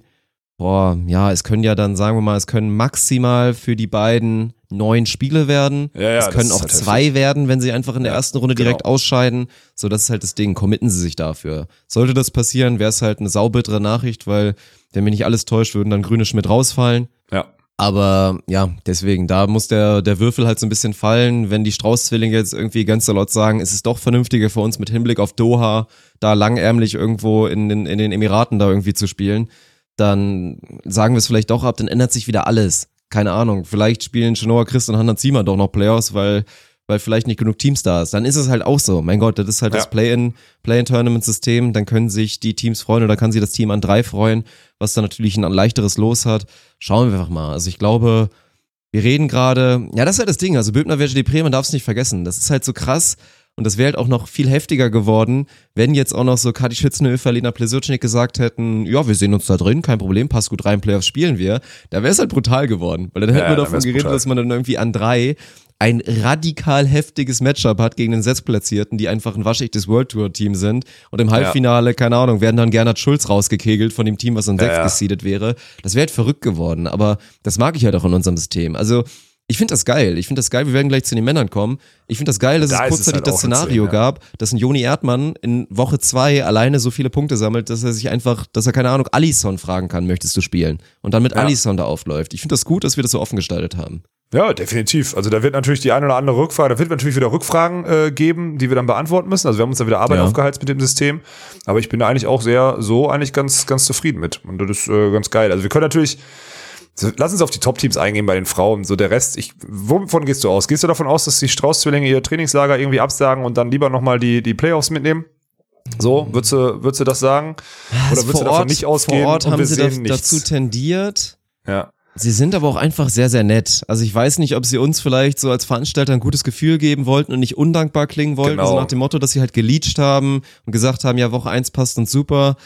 es können ja dann, sagen wir mal, es können maximal für die beiden 9 Spiele werden. Es können auch 2 werden, wenn sie einfach in der ersten Runde direkt ausscheiden. So, das ist halt das Ding. Committen sie sich dafür. Sollte das passieren, wäre es halt eine saubittere Nachricht, weil, wenn mich nicht alles täuscht, würden dann Grüne Schmidt rausfallen. Ja. Aber ja, deswegen, da muss der Würfel halt so ein bisschen fallen. Wenn die Strauß-Zwillinge jetzt irgendwie ganz salott sagen, ist es doch vernünftiger für uns mit Hinblick auf Doha, da langärmlich irgendwo in den Emiraten da irgendwie zu spielen, dann sagen wir es vielleicht doch ab, dann ändert sich wieder alles. Keine Ahnung, vielleicht spielen Chenoa, Christ und Hanna Ziemer doch noch Playoffs, weil vielleicht nicht genug Teams da ist. Dann ist es halt auch so. Mein Gott, das ist halt das Play-in-Tournament-System. Dann können sich die Teams freuen oder kann sich das Team an 3 freuen, was dann natürlich ein leichteres Los hat. Schauen wir einfach mal. Also ich glaube, wir reden gerade, ja, das ist halt das Ding. Also Böbner, Verger, Depré, man darf es nicht vergessen. Das ist halt so krass. Und das wäre halt auch noch viel heftiger geworden, wenn jetzt auch noch so Kati Schützenhöfer, Lena Plesotschnik gesagt hätten, ja, wir sehen uns da drin, kein Problem, passt gut rein, Playoffs spielen wir. Da wäre es halt brutal geworden. Weil dann hätten wir davon geredet, dass man dann irgendwie an 3 ein radikal heftiges Matchup hat gegen den Sechstplatzierten, die einfach ein waschechtes World Tour Team sind. Und im Halbfinale, keine Ahnung, werden dann Gernot Schulz rausgekegelt von dem Team, was an 6 gesseedet wäre. Das wäre halt verrückt geworden. Aber das mag ich halt auch in unserem System. Also, ich finde das geil. Wir werden gleich zu den Männern kommen. Ich finde das geil, dass es kurzzeitig das Szenario gab, dass ein Joni Erdmann in Woche 2 alleine so viele Punkte sammelt, dass er keine Ahnung, Alisson fragen kann, möchtest du spielen? Und dann mit Alisson da aufläuft. Ich finde das gut, dass wir das so offen gestaltet haben. Ja, definitiv. Also da wird natürlich die eine oder andere Rückfrage, da wird natürlich wieder Rückfragen geben, die wir dann beantworten müssen. Also wir haben uns da wieder Arbeit aufgeheizt mit dem System. Aber ich bin da eigentlich auch eigentlich ganz, ganz zufrieden mit. Und das ist ganz geil. Also wir können natürlich, lass uns auf die Top-Teams eingehen bei den Frauen. So der Rest, wovon gehst du aus? Gehst du davon aus, dass die Strauß-Zwillinge ihr Trainingslager irgendwie absagen und dann lieber nochmal die Playoffs mitnehmen? So, würdest du das sagen? Oder würdest du davon nicht ausgehen? Vor Ort haben sie dazu tendiert. Ja. Sie sind aber auch einfach sehr, sehr nett. Also ich weiß nicht, ob sie uns vielleicht so als Veranstalter ein gutes Gefühl geben wollten und nicht undankbar klingen wollten. Genau. Also nach dem Motto, dass sie halt geleacht haben und gesagt haben, ja, Woche 1 passt uns super.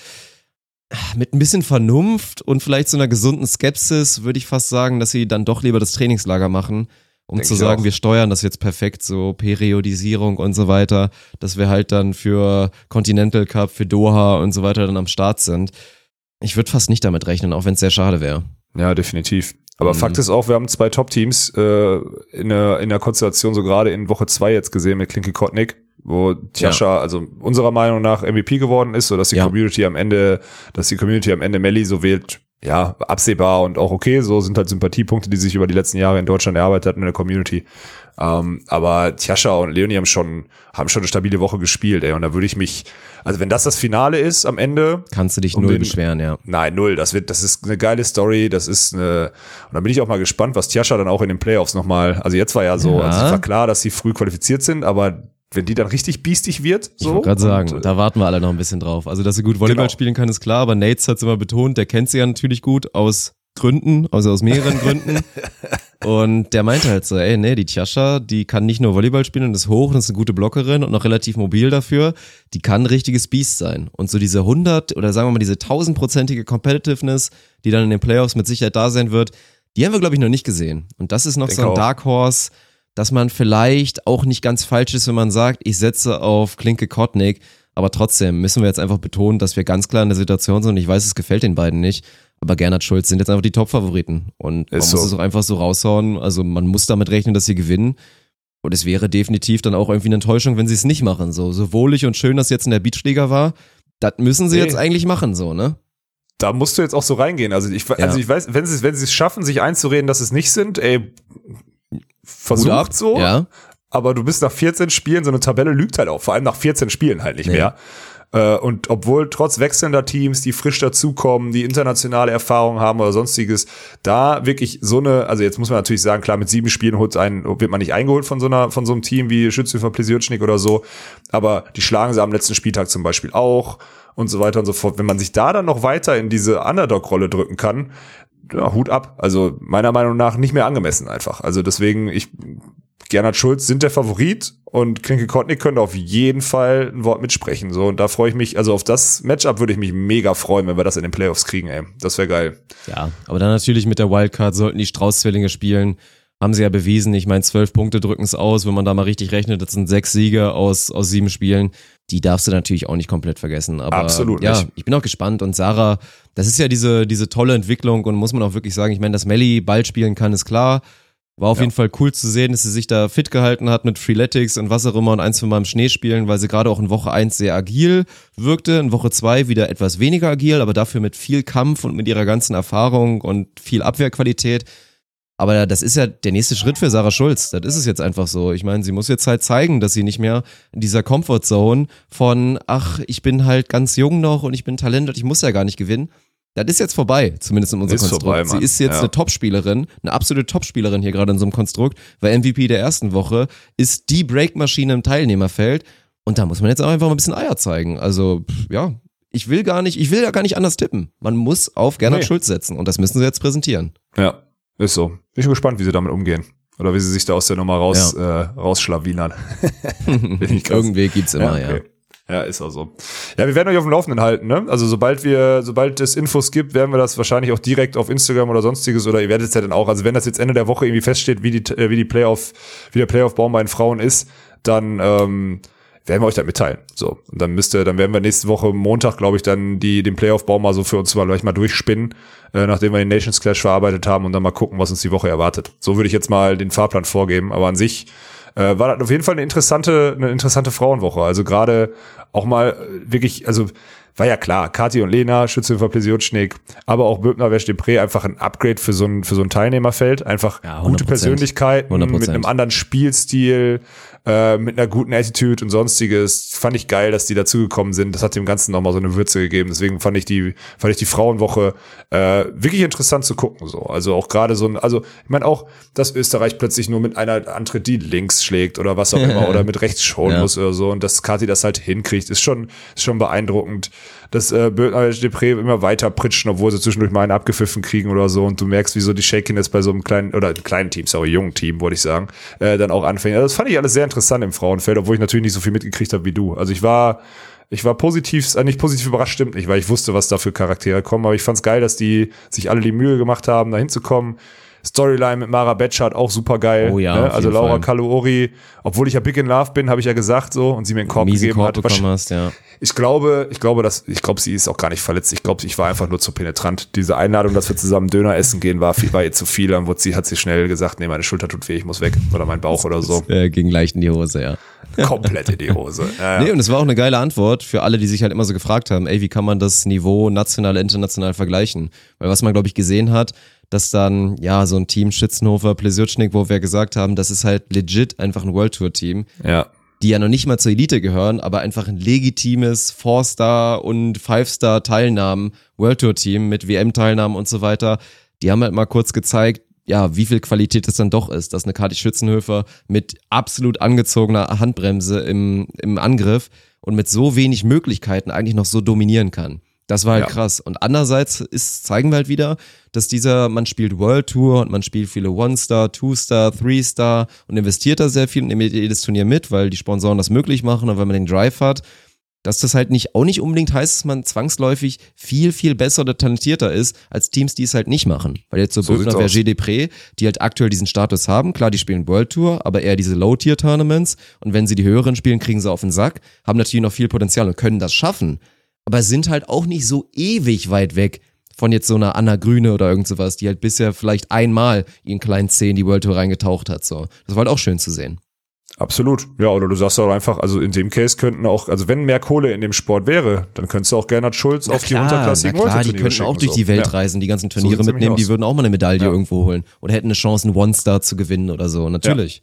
Mit ein bisschen Vernunft und vielleicht so einer gesunden Skepsis würde ich fast sagen, dass sie dann doch lieber das Trainingslager machen, um zu sagen, wir steuern das jetzt perfekt, so Periodisierung und so weiter, dass wir halt dann für Continental Cup, für Doha und so weiter dann am Start sind. Ich würde fast nicht damit rechnen, auch wenn es sehr schade wäre. Ja, definitiv. Aber Fakt ist auch, wir haben 2 Top-Teams in der Konstellation so gerade in Woche 2 jetzt gesehen mit Klinke Kotnik, wo Tjascha, also unserer Meinung nach MVP geworden ist, so dass die Community am Ende Melli so wählt, ja, absehbar und auch okay, so sind halt Sympathiepunkte, die sich über die letzten Jahre in Deutschland erarbeitet hatten in der Community. Aber Tjascha und Leonie haben schon eine stabile Woche gespielt, ey, und da würde ich mich, also wenn das Finale ist am Ende. Kannst du dich null beschweren, ja. Nein, null, das ist eine geile Story, und da bin ich auch mal gespannt, was Tjascha dann auch in den Playoffs nochmal, also jetzt war ja so, also es war klar, dass sie früh qualifiziert sind, aber wenn die dann richtig biestig wird, so. Ich wollte gerade sagen, da warten wir alle noch ein bisschen drauf. Also, dass sie gut Volleyball spielen kann, ist klar, aber Nates hat es immer betont, der kennt sie ja natürlich gut aus Gründen, also aus mehreren Gründen. Und der meinte halt so, die Tjascha, die kann nicht nur Volleyball spielen und ist hoch und ist eine gute Blockerin und noch relativ mobil dafür, die kann ein richtiges Biest sein. Und so diese 100 oder sagen wir mal diese 1000-prozentige Competitiveness, die dann in den Playoffs mit Sicherheit da sein wird, die haben wir, glaube ich, noch nicht gesehen. Und das ist noch so ein Dark Horse, dass man vielleicht auch nicht ganz falsch ist, wenn man sagt, ich setze auf Klinke Kotnik, aber trotzdem müssen wir jetzt einfach betonen, dass wir ganz klar in der Situation sind und ich weiß, es gefällt den beiden nicht, aber Gernot Schulz sind jetzt einfach die Top-Favoriten und man muss es auch einfach so raushauen, also man muss damit rechnen, dass sie gewinnen und es wäre definitiv dann auch irgendwie eine Enttäuschung, wenn sie es nicht machen, so wohlig und schön das jetzt in der Beachliga war, das müssen sie jetzt eigentlich machen, so, ne? Da musst du jetzt auch so reingehen, also ich weiß, wenn sie es schaffen, sich einzureden, dass es nicht sind, versucht so. Ja. aber du bist nach 14 Spielen, so eine Tabelle lügt halt auch, vor allem nach 14 Spielen halt nicht mehr. Und obwohl trotz wechselnder Teams, die frisch dazukommen, die internationale Erfahrung haben oder sonstiges, da wirklich so eine, also jetzt muss man natürlich sagen, klar, mit 7 Spielen wird man nicht eingeholt von so einem Team wie Schützenhöfer Plesiotschnik oder so, aber die schlagen sie am letzten Spieltag zum Beispiel auch und so weiter und so fort. Wenn man sich da dann noch weiter in diese Underdog-Rolle drücken kann, ja, Hut ab. Also meiner Meinung nach nicht mehr angemessen einfach. Also deswegen, Gernot Schulz sind der Favorit und Klinke Kottnick können auf jeden Fall ein Wort mitsprechen. So, und da freue ich mich, also auf das Matchup würde ich mich mega freuen, wenn wir das in den Playoffs kriegen, ey. Das wäre geil. Ja, aber dann natürlich mit der Wildcard sollten die Strauß-Zwillinge spielen. Haben sie ja bewiesen. Ich meine, 12 Punkte drücken es aus. Wenn man da mal richtig rechnet, das sind 6 Siege aus 7 Spielen. Die darfst du natürlich auch nicht komplett vergessen. Aber absolut ja, nicht. Ich bin auch gespannt. Und Sarah, das ist ja diese tolle Entwicklung und muss man auch wirklich sagen, ich meine, dass Melli bald spielen kann, ist klar. War auf jeden Fall cool zu sehen, dass sie sich da fit gehalten hat mit Freeletics und was auch immer und 1-2 Mal im Schnee spielen, weil sie gerade auch in Woche 1 sehr agil wirkte, in Woche 2 wieder etwas weniger agil, aber dafür mit viel Kampf und mit ihrer ganzen Erfahrung und viel Abwehrqualität. Aber das ist ja der nächste Schritt für Sarah Schulz. Das ist es jetzt einfach so. Ich meine, sie muss jetzt halt zeigen, dass sie nicht mehr in dieser Comfortzone von, ach, ich bin halt ganz jung noch und ich bin Talent und ich muss ja gar nicht gewinnen. Das ist jetzt vorbei, zumindest in unserem Konstrukt. Vorbei, sie ist jetzt eine Topspielerin, eine absolute Topspielerin hier gerade in so einem Konstrukt, weil MVP der ersten Woche ist die Breakmaschine im Teilnehmerfeld und da muss man jetzt auch einfach mal ein bisschen Eier zeigen. Also, ja, ich will ja gar nicht anders tippen. Man muss auf Gernot Schulz setzen und das müssen sie jetzt präsentieren. Ja, ist so. Bin schon gespannt, wie sie damit umgehen. Oder wie sie sich da aus der Nummer rausschlawinern. Irgendwie gibt's immer, ja. Ja, ist auch so. Ja, wir werden euch auf dem Laufenden halten, ne? Also sobald es Infos gibt, werden wir das wahrscheinlich auch direkt auf Instagram oder sonstiges oder ihr werdet es ja dann auch, also wenn das jetzt Ende der Woche irgendwie feststeht, wie der Playoff-Baum bei den Frauen ist, dann werden wir euch das mitteilen. So. Und dann werden wir nächste Woche Montag, glaube ich, dann den Playoff-Baum mal so für uns gleich mal durchspinnen, nachdem wir den Nations Clash verarbeitet haben und dann mal gucken, was uns die Woche erwartet. So würde ich jetzt mal den Fahrplan vorgeben, aber an sich war das auf jeden Fall eine interessante Frauenwoche. Also gerade auch mal wirklich, also war ja klar, Kathi und Lena, Schützenhöfer Plesiotschnik, aber auch Böbner Wesch-Depré einfach ein Upgrade für so ein Teilnehmerfeld. Einfach gute Persönlichkeiten 100%. Mit einem anderen Spielstil, mit einer guten Attitude und sonstiges. Fand ich geil, dass die dazugekommen sind. Das hat dem Ganzen nochmal so eine Würze gegeben. Deswegen fand ich die Frauenwoche wirklich interessant zu gucken. So. Also auch gerade ich meine auch, dass Österreich plötzlich nur mit einer Antritt, die links schlägt oder was auch immer oder mit rechts schauen muss oder so und dass Kathi das halt hinkriegt, ist schon beeindruckend. Dass Böbner Depré immer weiter pritschen, obwohl sie zwischendurch mal einen abgepfiffen kriegen oder so und du merkst, wie so die Shakiness bei so einem kleinen Team, jungen Team, wollte ich sagen, dann auch anfängt. Also das fand ich alles sehr interessant im Frauenfeld, obwohl ich natürlich nicht so viel mitgekriegt habe wie du. Also ich war nicht positiv überrascht, stimmt nicht, weil ich wusste, was da für Charaktere kommen, aber ich fand's geil, dass die sich alle die Mühe gemacht haben, da hinzukommen. Storyline mit Mara Betschart auch super geil. Oh ja, ne? Also Laura Fall. Kaluori, obwohl ich ja Big in Love bin, habe ich ja gesagt so und sie mir einen Korb gegeben hat. Ja. Ich glaube, sie ist auch gar nicht verletzt. Ich glaube, ich war einfach nur zu penetrant. Diese Einladung, dass wir zusammen Döner essen gehen, war ihr zu viel. Dann hat sie schnell gesagt, nee, meine Schulter tut weh, ich muss weg. Oder mein Bauch oder so. Ging leicht in die Hose, ja. Komplett in die Hose. Ja. Nee, und es war auch eine geile Antwort für alle, die sich halt immer so gefragt haben, ey, wie kann man das Niveau national, international vergleichen? Weil was man, glaube ich, gesehen hat, dass dann, ja, so ein Team Schützenhofer, Plesiotschnik, wo wir gesagt haben, das ist halt legit einfach ein World Tour Team. Ja. Die ja noch nicht mal zur Elite gehören, aber einfach ein legitimes 4-Star und 5-Star Teilnahmen World Tour Team mit WM-Teilnahmen und so weiter. Die haben halt mal kurz gezeigt, ja, wie viel Qualität es dann doch ist, dass eine Kathi Schützenhöfer mit absolut angezogener Handbremse im Angriff und mit so wenig Möglichkeiten eigentlich noch so dominieren kann. Das war halt krass. Und andererseits zeigen wir halt wieder, dass man spielt World Tour und man spielt viele One-Star, 2-Star, 3-Star und investiert da sehr viel und nimmt jedes Turnier mit, weil die Sponsoren das möglich machen und weil man den Drive hat, dass das halt auch nicht unbedingt heißt, dass man zwangsläufig viel, viel besser oder talentierter ist als Teams, die es halt nicht machen. Weil jetzt so Böbner, Verger-Depré, die halt aktuell diesen Status haben, klar, die spielen World Tour, aber eher diese Low-Tier-Tournaments und wenn sie die höheren spielen, kriegen sie auf den Sack, haben natürlich noch viel Potenzial und können das schaffen. Aber sind halt auch nicht so ewig weit weg von jetzt so einer Anna Grüne oder irgend sowas, die halt bisher vielleicht einmal ihren kleinen Zeh in die World Tour reingetaucht hat. So. Das war halt auch schön zu sehen. Absolut. Ja, oder du sagst auch einfach, also in dem Case könnten auch, also wenn mehr Kohle in dem Sport wäre, dann könntest du auch Gernot Schulz auf die unterklassigen World Tour die könnten auch durch die Welt reisen, die ganzen Turniere mitnehmen, die würden auch mal eine Medaille irgendwo holen oder hätten eine Chance, einen One-Star zu gewinnen oder so, natürlich.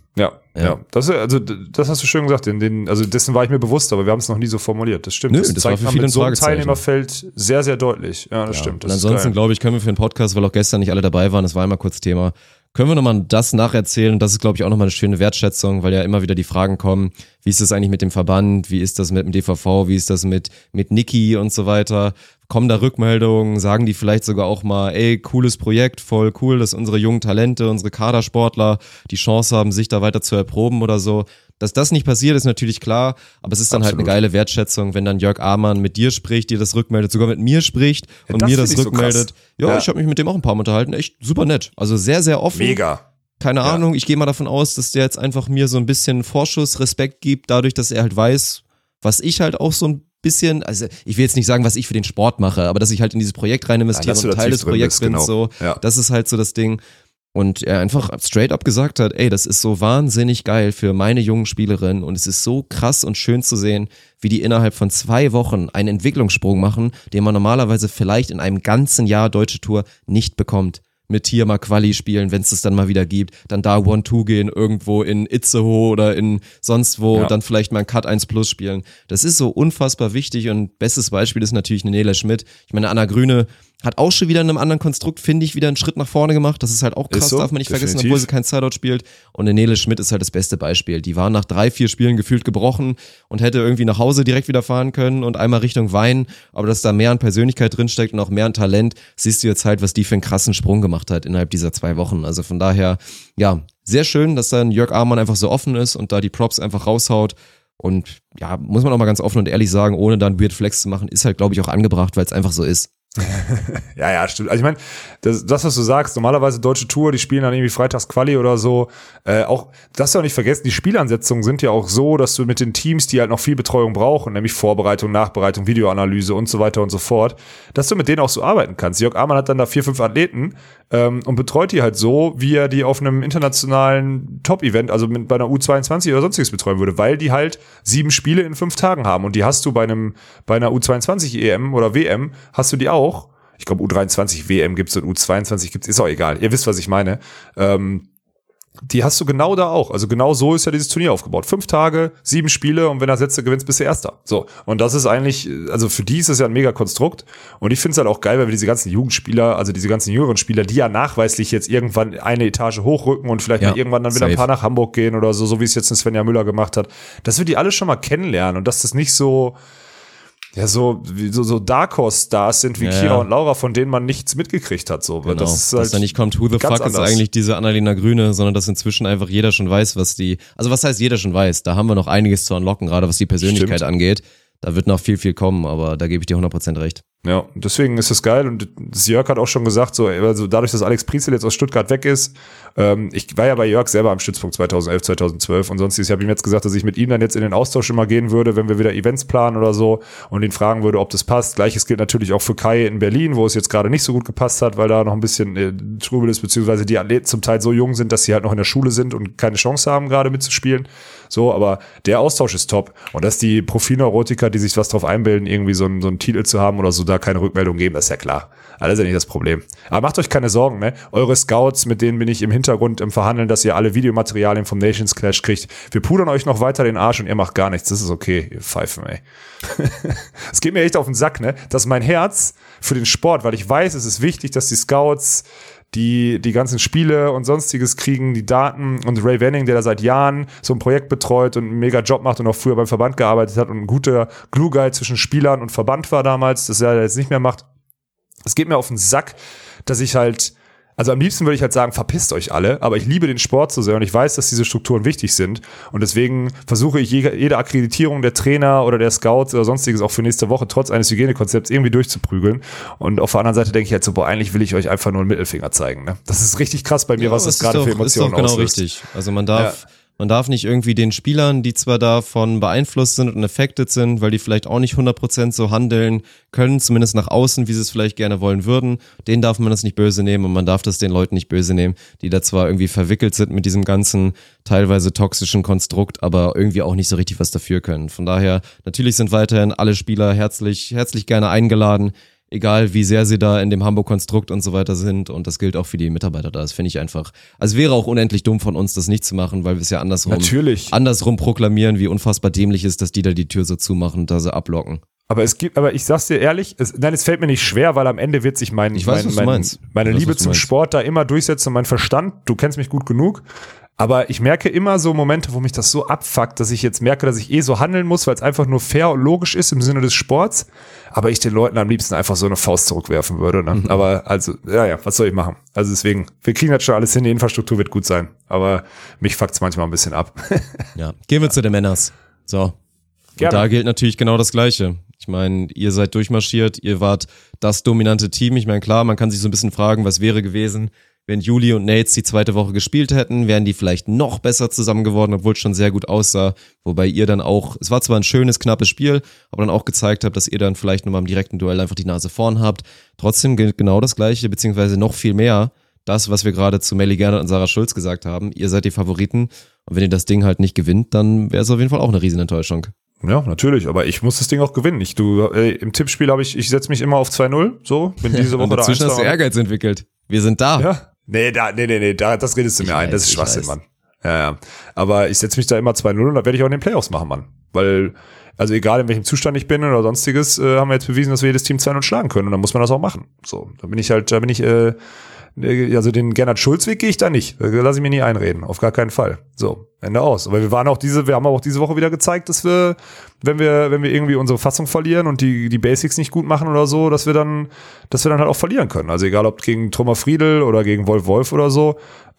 Ja. Das hast du schön gesagt. Also dessen war ich mir bewusst, aber wir haben es noch nie so formuliert. Das stimmt. Das zeigt man mit so einem Teilnehmerfeld sehr, sehr deutlich. Ja, das stimmt. Und ansonsten, glaube ich, können wir für den Podcast, weil auch gestern nicht alle dabei waren, das war einmal kurz Thema, können wir nochmal das nacherzählen. Und das ist, glaube ich, auch nochmal eine schöne Wertschätzung, weil ja immer wieder die Fragen kommen, wie ist das eigentlich mit dem Verband, wie ist das mit dem DVV, wie ist das mit Niki und so weiter. Kommen da Rückmeldungen, sagen die vielleicht sogar auch mal, ey, cooles Projekt, voll cool, dass unsere jungen Talente, unsere Kadersportler die Chance haben, sich da weiter zu erproben oder so. Dass das nicht passiert, ist natürlich klar, aber es ist dann halt eine geile Wertschätzung, wenn dann Jörg Amann mit dir spricht, dir das rückmeldet, sogar mit mir spricht und mir das rückmeldet. So ich habe mich mit dem auch ein paar Mal unterhalten, echt super nett. Also sehr, sehr offen. Mega. Keine Ahnung, ich gehe mal davon aus, dass der jetzt einfach mir so ein bisschen Vorschussrespekt gibt, dadurch, dass er halt weiß, was ich halt auch so ein bisschen, also ich will jetzt nicht sagen, was ich für den Sport mache, aber dass ich halt in dieses Projekt rein investiere und Teil des Projekts bin, so, das ist halt so das Ding. Und er einfach straight up gesagt hat, ey, das ist so wahnsinnig geil für meine jungen Spielerinnen und es ist so krass und schön zu sehen, wie die innerhalb von 2 Wochen einen Entwicklungssprung machen, den man normalerweise vielleicht in einem ganzen Jahr Deutsche Tour nicht bekommt. Mit hier mal Quali spielen, wenn es das dann mal wieder gibt, dann da 1-2 gehen, irgendwo in Itzehoe oder in sonst wo, dann vielleicht mal ein Cut 1+ spielen. Das ist so unfassbar wichtig und bestes Beispiel ist natürlich eine Nele Schmidt. Ich meine, Anna Grüne hat auch schon wieder in einem anderen Konstrukt, finde ich, wieder einen Schritt nach vorne gemacht. Das ist halt auch krass, darf man nicht vergessen, obwohl sie kein Sideout spielt. Und eine Nele Schmidt ist halt das beste Beispiel. Die war nach 3-4 Spielen gefühlt gebrochen und hätte irgendwie nach Hause direkt wieder fahren können und einmal Richtung Wein. Aber dass da mehr an Persönlichkeit drinsteckt und auch mehr an Talent, siehst du jetzt halt, was die für einen krassen Sprung gemacht hat innerhalb dieser 2 Wochen. Also von daher, ja, sehr schön, dass dann Jörg Amann einfach so offen ist und da die Props einfach raushaut. Und ja, muss man auch mal ganz offen und ehrlich sagen, ohne dann Weird Flex zu machen, ist halt, glaube ich, auch angebracht, weil es einfach so ist. Ja, stimmt. Also ich meine, das, was du sagst, normalerweise Deutsche Tour, die spielen dann irgendwie freitags Quali oder so. Auch, das ja auch nicht vergessen, die Spielansetzungen sind ja auch so, dass du mit den Teams, die halt noch viel Betreuung brauchen, nämlich Vorbereitung, Nachbereitung, Videoanalyse und so weiter und so fort, dass du mit denen auch so arbeiten kannst. Jörg Amann hat dann da 4-5 Athleten und betreut die halt so, wie er die auf einem internationalen Top-Event, also bei einer U22 oder sonstiges betreuen würde, weil die halt 7 Spiele in 5 Tagen haben und die hast du bei einer U22 EM oder WM, hast du die auch. Ich glaube, U23 WM gibt's und U22 gibt's, ist auch egal. Ihr wisst, was ich meine. Die hast du genau da auch. Also genau so ist ja dieses Turnier aufgebaut. 5 Tage, 7 Spiele und wenn er Sätze gewinnst, bist du Erster. So. Und das ist eigentlich, also für die ist das ja ein mega Konstrukt. Und ich finde es halt auch geil, weil wir diese ganzen Jugendspieler, also diese ganzen jüngeren Spieler, die ja nachweislich jetzt irgendwann eine Etage hochrücken und vielleicht mal irgendwann dann wieder ein paar nach Hamburg gehen oder so, so wie es jetzt ein Svenja Müller gemacht hat, dass wir die alle schon mal kennenlernen und dass das nicht so so Dark Horse Stars sind wie Kira und Laura, von denen man nichts mitgekriegt hat. So. Genau. Das ist halt dass da nicht kommt, who the fuck ist eigentlich diese Annalena Grüne, sondern dass inzwischen einfach jeder schon weiß, was heißt jeder schon weiß? Da haben wir noch einiges zu unlocken, gerade was die Persönlichkeit angeht. Da wird noch viel, viel kommen, aber da gebe ich dir 100% recht. Ja, deswegen ist es geil und Jörg hat auch schon gesagt, so, also dadurch, dass Alex Priestel jetzt aus Stuttgart weg ist, ich war ja bei Jörg selber am Stützpunkt 2011, 2012 und sonstiges, ich habe ihm jetzt gesagt, dass ich mit ihm dann jetzt in den Austausch immer gehen würde, wenn wir wieder Events planen oder so und ihn fragen würde, ob das passt. Gleiches gilt natürlich auch für Kai in Berlin, wo es jetzt gerade nicht so gut gepasst hat, weil da noch ein bisschen Trubel ist, beziehungsweise die Athleten zum Teil so jung sind, dass sie halt noch in der Schule sind und keine Chance haben, gerade mitzuspielen. So, aber der Austausch ist top und dass die Profilneurotiker, die sich was drauf einbilden, irgendwie so einen Titel zu haben oder so, da keine Rückmeldung geben, das ist ja klar. Das ist ja nicht das Problem. Aber macht euch keine Sorgen, ne? Eure Scouts, mit denen bin ich im Hintergrund im Verhandeln, dass ihr alle Videomaterialien vom Nations Clash kriegt. Wir pudern euch noch weiter den Arsch und ihr macht gar nichts. Das ist okay, ihr Pfeifen, ey. Es geht mir echt auf den Sack, ne? Das ist mein Herz für den Sport, weil ich weiß, es ist wichtig, dass die Scouts die ganzen Spiele und sonstiges kriegen, die Daten und Ray Wenning, der da seit Jahren so ein Projekt betreut und einen mega Job macht und auch früher beim Verband gearbeitet hat und ein guter Glue-Guy zwischen Spielern und Verband war damals, das er jetzt nicht mehr macht. Es geht mir auf den Sack, dass ich halt, also am liebsten würde ich halt sagen, verpisst euch alle, aber ich liebe den Sport so sehr und ich weiß, dass diese Strukturen wichtig sind und deswegen versuche ich jede Akkreditierung der Trainer oder der Scouts oder sonstiges auch für nächste Woche trotz eines Hygienekonzepts irgendwie durchzuprügeln und auf der anderen Seite denke ich halt so, eigentlich will ich euch einfach nur einen Mittelfinger zeigen, ne? Das ist richtig krass bei mir, was das gerade für Emotionen auslöst. Genau richtig. Also man darf nicht irgendwie den Spielern, die zwar davon beeinflusst sind und affected sind, weil die vielleicht auch nicht 100% so handeln können, zumindest nach außen, wie sie es vielleicht gerne wollen würden, denen darf man das nicht böse nehmen und man darf das den Leuten nicht böse nehmen, die da zwar irgendwie verwickelt sind mit diesem ganzen teilweise toxischen Konstrukt, aber irgendwie auch nicht so richtig was dafür können. Von daher, natürlich sind weiterhin alle Spieler herzlich gerne eingeladen, egal wie sehr sie da in dem Hamburg-Konstrukt und so weiter sind. Und das gilt auch für die Mitarbeiter da. Das finde ich einfach, also wäre auch unendlich dumm von uns, das nicht zu machen, weil wir es ja andersrum proklamieren, wie unfassbar dämlich ist, dass die da die Tür so zumachen und da so ablocken. Aber ich sag's dir ehrlich, es fällt mir nicht schwer, weil am Ende wird sich meine Liebe zum Sport da immer durchsetzen und mein Verstand, du kennst mich gut genug, aber ich merke immer so Momente, wo mich das so abfuckt, dass ich jetzt merke, dass ich so handeln muss, weil es einfach nur fair und logisch ist im Sinne des Sports, aber ich den Leuten am liebsten einfach so eine Faust zurückwerfen würde. Ne? Aber also, was soll ich machen? Also deswegen, wir kriegen das schon alles hin, die Infrastruktur wird gut sein, aber mich fuckt's manchmal ein bisschen ab. Ja, gehen wir zu den Männers. So. Und da gilt natürlich genau das Gleiche. Ich meine, ihr seid durchmarschiert, ihr wart das dominante Team. Ich meine, klar, man kann sich so ein bisschen fragen, was wäre gewesen, wenn Juli und Nates die zweite Woche gespielt hätten, wären die vielleicht noch besser zusammen geworden, obwohl es schon sehr gut aussah. Wobei ihr dann auch, es war zwar ein schönes, knappes Spiel, aber dann auch gezeigt habt, dass ihr dann vielleicht nochmal im direkten Duell einfach die Nase vorn habt. Trotzdem gilt genau das Gleiche, beziehungsweise noch viel mehr. Das, was wir gerade zu Melly Gernert und Sarah Schulz gesagt haben. Ihr seid die Favoriten. Und wenn ihr das Ding halt nicht gewinnt, dann wäre es auf jeden Fall auch eine Riesenenttäuschung. Ja, natürlich, aber ich muss das Ding auch gewinnen. Im Tippspiel ich setze mich immer auf 2-0, so, bin diese Woche da. Dazwischen hast du Ehrgeiz entwickelt. Wir sind da. Ja. Nee, das redest du mir ein, das ist Schwachsinn, Mann. Ja. Aber ich setze mich da immer 2-0 und da werde ich auch in den Playoffs machen, Mann. Weil, also egal in welchem Zustand ich bin oder sonstiges, haben wir jetzt bewiesen, dass wir jedes Team 2-0 schlagen können und dann muss man das auch machen. So, also den Gernot Schulz-Weg gehe ich da nicht. Da lasse ich mir nie einreden. Auf gar keinen Fall. So, Ende aus. Aber wir haben auch diese Woche wieder gezeigt, dass wir, wenn wir irgendwie unsere Fassung verlieren und die Basics nicht gut machen oder so, dass wir dann halt auch verlieren können. Also egal ob gegen Trummer Friedel oder gegen Wolf oder so,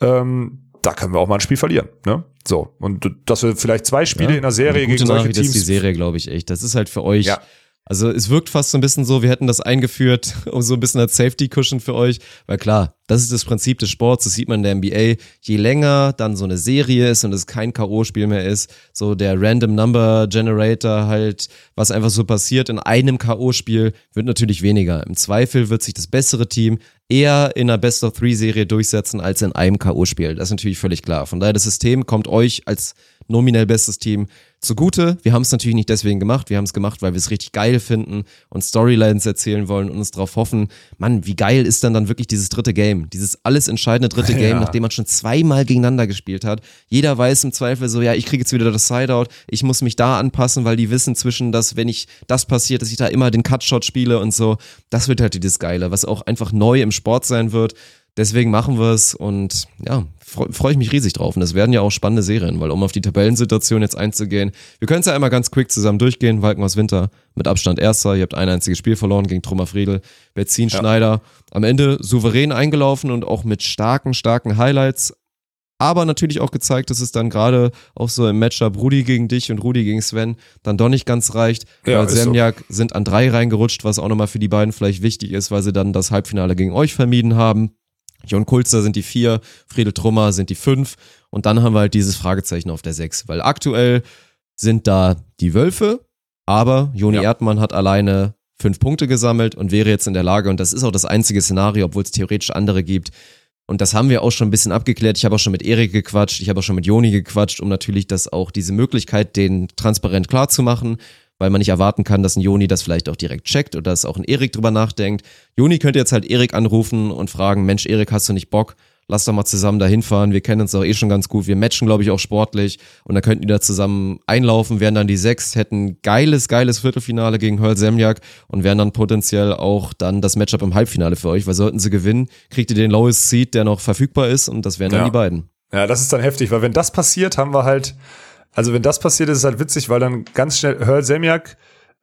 da können wir auch mal ein Spiel verlieren, ne? So. Und dass wir vielleicht 2 Spiele in der Serie gegen solche Teams. Das ist die Serie, glaube ich, echt. Das ist halt für euch. Ja. Also es wirkt fast so ein bisschen so, wir hätten das eingeführt, um so ein bisschen als Safety-Cushion für euch, weil klar, das ist das Prinzip des Sports, das sieht man in der NBA, je länger dann so eine Serie ist und es kein K.O.-Spiel mehr ist, so der Random Number Generator halt, was einfach so passiert in einem K.O.-Spiel, wird natürlich weniger. Im Zweifel wird sich das bessere Team eher in einer Best-of-3-Serie durchsetzen als in einem K.O.-Spiel, das ist natürlich völlig klar. Von daher, das System kommt euch als nominell bestes Team zugute. Wir haben es natürlich nicht deswegen gemacht, wir haben es gemacht, weil wir es richtig geil finden und Storylines erzählen wollen und uns darauf hoffen, Mann, wie geil ist dann wirklich dieses dritte Game, dieses alles entscheidende dritte Game, nachdem man schon 2-mal gegeneinander gespielt hat. Jeder weiß im Zweifel so, ja, ich kriege jetzt wieder das Sideout, ich muss mich da anpassen, weil die wissen zwischen, dass wenn das passiert, dass ich da immer den Cutshot spiele und so. Das wird halt dieses Geile, was auch einfach neu im Sport sein wird. Deswegen machen wir es und ja, freue ich mich riesig drauf. Und das werden ja auch spannende Serien, weil um auf die Tabellensituation jetzt einzugehen, wir können es ja einmal ganz quick zusammen durchgehen. Walkenhaus Winter mit Abstand Erster, ihr habt ein einziges Spiel verloren gegen Trummer Friedel. Betzin Schneider am Ende souverän eingelaufen und auch mit starken Highlights. Aber natürlich auch gezeigt, dass es dann gerade auch so im Matchup Rudi gegen dich und Rudi gegen Sven dann doch nicht ganz reicht. Weil Semjak sind an 3 reingerutscht, was auch nochmal für die beiden vielleicht wichtig ist, weil sie dann das Halbfinale gegen euch vermieden haben. Jon Kulzer sind die 4, Friedel Trummer sind die 5 und dann haben wir halt dieses Fragezeichen auf der 6, weil aktuell sind da die Wölfe, aber Joni Erdmann hat alleine 5 Punkte gesammelt und wäre jetzt in der Lage, und das ist auch das einzige Szenario, obwohl es theoretisch andere gibt, und das haben wir auch schon ein bisschen abgeklärt, ich habe auch schon mit Erik gequatscht, ich habe auch schon mit Joni gequatscht, um natürlich das auch diese Möglichkeit, den transparent klar zu machen, weil man nicht erwarten kann, dass ein Joni das vielleicht auch direkt checkt oder dass auch ein Erik drüber nachdenkt. Joni könnte jetzt halt Erik anrufen und fragen, Mensch Erik, hast du nicht Bock? Lass doch mal zusammen da hinfahren, wir kennen uns doch schon ganz gut, wir matchen, glaube ich, auch sportlich und dann könnten die da zusammen einlaufen, wären dann die 6, hätten geiles Viertelfinale gegen Hörl Semjak und wären dann potenziell auch dann das Matchup im Halbfinale für euch, weil sollten sie gewinnen, kriegt ihr den Lowest Seed, der noch verfügbar ist und das wären dann die beiden. Ja, das ist dann heftig, weil wenn das passiert, haben wir halt, also wenn das passiert, ist es halt witzig, weil dann ganz schnell Hörl Semjak,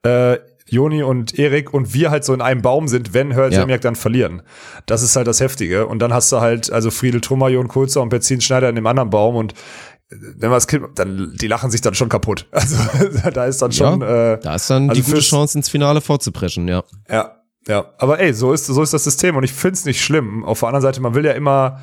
Joni und Erik und wir halt so in einem Baum sind, wenn Hörl Semjak dann verlieren. Das ist halt das Heftige. Und dann hast du halt, also Friedel Trummer, Jon Kulzer und Betzin Schneider in dem anderen Baum und wenn man das Kind, dann, die lachen sich dann schon kaputt. Also da ist dann schon, da ist dann also die gute Chance ins Finale vorzupreschen, ja. Ja, aber ey, so ist das System und ich find's nicht schlimm. Auf der anderen Seite, man will ja immer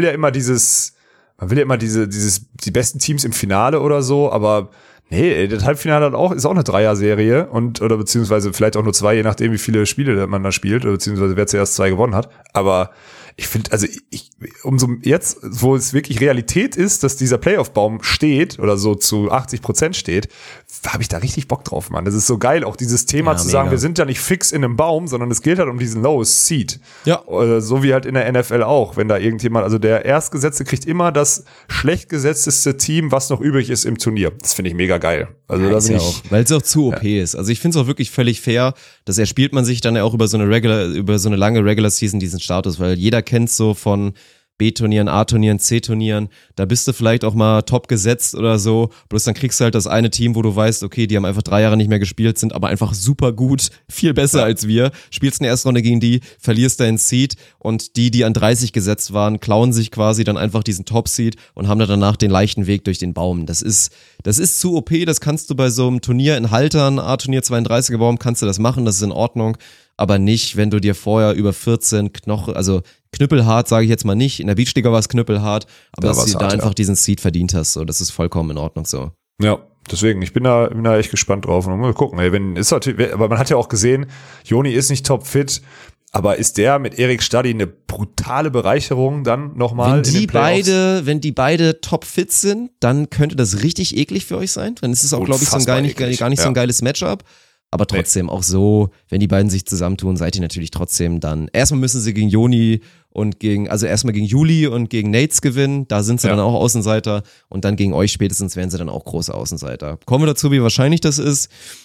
die besten Teams im Finale oder so, aber nee, das Halbfinale ist auch eine Dreier-Serie oder beziehungsweise vielleicht auch nur 2, je nachdem, wie viele Spiele man da spielt, oder beziehungsweise wer zuerst 2 gewonnen hat. Aber ich finde, also umso jetzt, wo es wirklich Realität ist, dass dieser Playoff-Baum steht oder so zu 80% steht, habe ich da richtig Bock drauf, Mann. Das ist so geil, auch dieses Thema zu sagen, wir sind ja nicht fix in einem Baum, sondern es geht halt um diesen Lowest Seed. Ja. So wie halt in der NFL auch, wenn da irgendjemand, also der Erstgesetzte kriegt immer das schlecht gesetzteste Team, was noch übrig ist im Turnier. Das finde ich mega geil. Also ja, da bin auch, weil es auch zu OP ist. Also ich finde es auch wirklich völlig fair, dass erspielt man sich dann ja auch über so eine lange Regular Season diesen Status, weil jeder kennt so von B-Turnieren, A-Turnieren, C-Turnieren, da bist du vielleicht auch mal top gesetzt oder so, bloß dann kriegst du halt das eine Team, wo du weißt, okay, die haben einfach 3 Jahre nicht mehr gespielt, sind aber einfach super gut, viel besser als wir, spielst eine Erstrunde gegen die, verlierst deinen Seed und die an 30 gesetzt waren, klauen sich quasi dann einfach diesen Top-Seed und haben dann danach den leichten Weg durch den Baum. Das ist zu OP, das kannst du bei so einem Turnier in Haltern, A-Turnier 32er Baum, kannst du das machen, das ist in Ordnung. Aber nicht, wenn du dir vorher über 14 knüppelhart sage ich jetzt mal nicht, in der Beachliga war es knüppelhart, aber dass du da einfach diesen Seed verdient hast, so, das ist vollkommen in Ordnung so. Ja, deswegen, ich bin da echt gespannt drauf und mal gucken, ey, aber man hat ja auch gesehen, Joni ist nicht topfit, aber ist der mit Erik Stadi eine brutale Bereicherung dann nochmal in den Playoffs? Wenn die beide topfit sind, dann könnte das richtig eklig für euch sein, dann ist es auch, glaube ich, gar nicht so ein geiles Matchup. Aber trotzdem auch so, wenn die beiden sich zusammentun, seid ihr natürlich trotzdem dann, erstmal müssen sie gegen Joni erstmal gegen Juli und gegen Nates gewinnen, da sind sie dann auch Außenseiter und dann gegen euch spätestens werden sie dann auch große Außenseiter. Kommen wir dazu, wie wahrscheinlich das ist?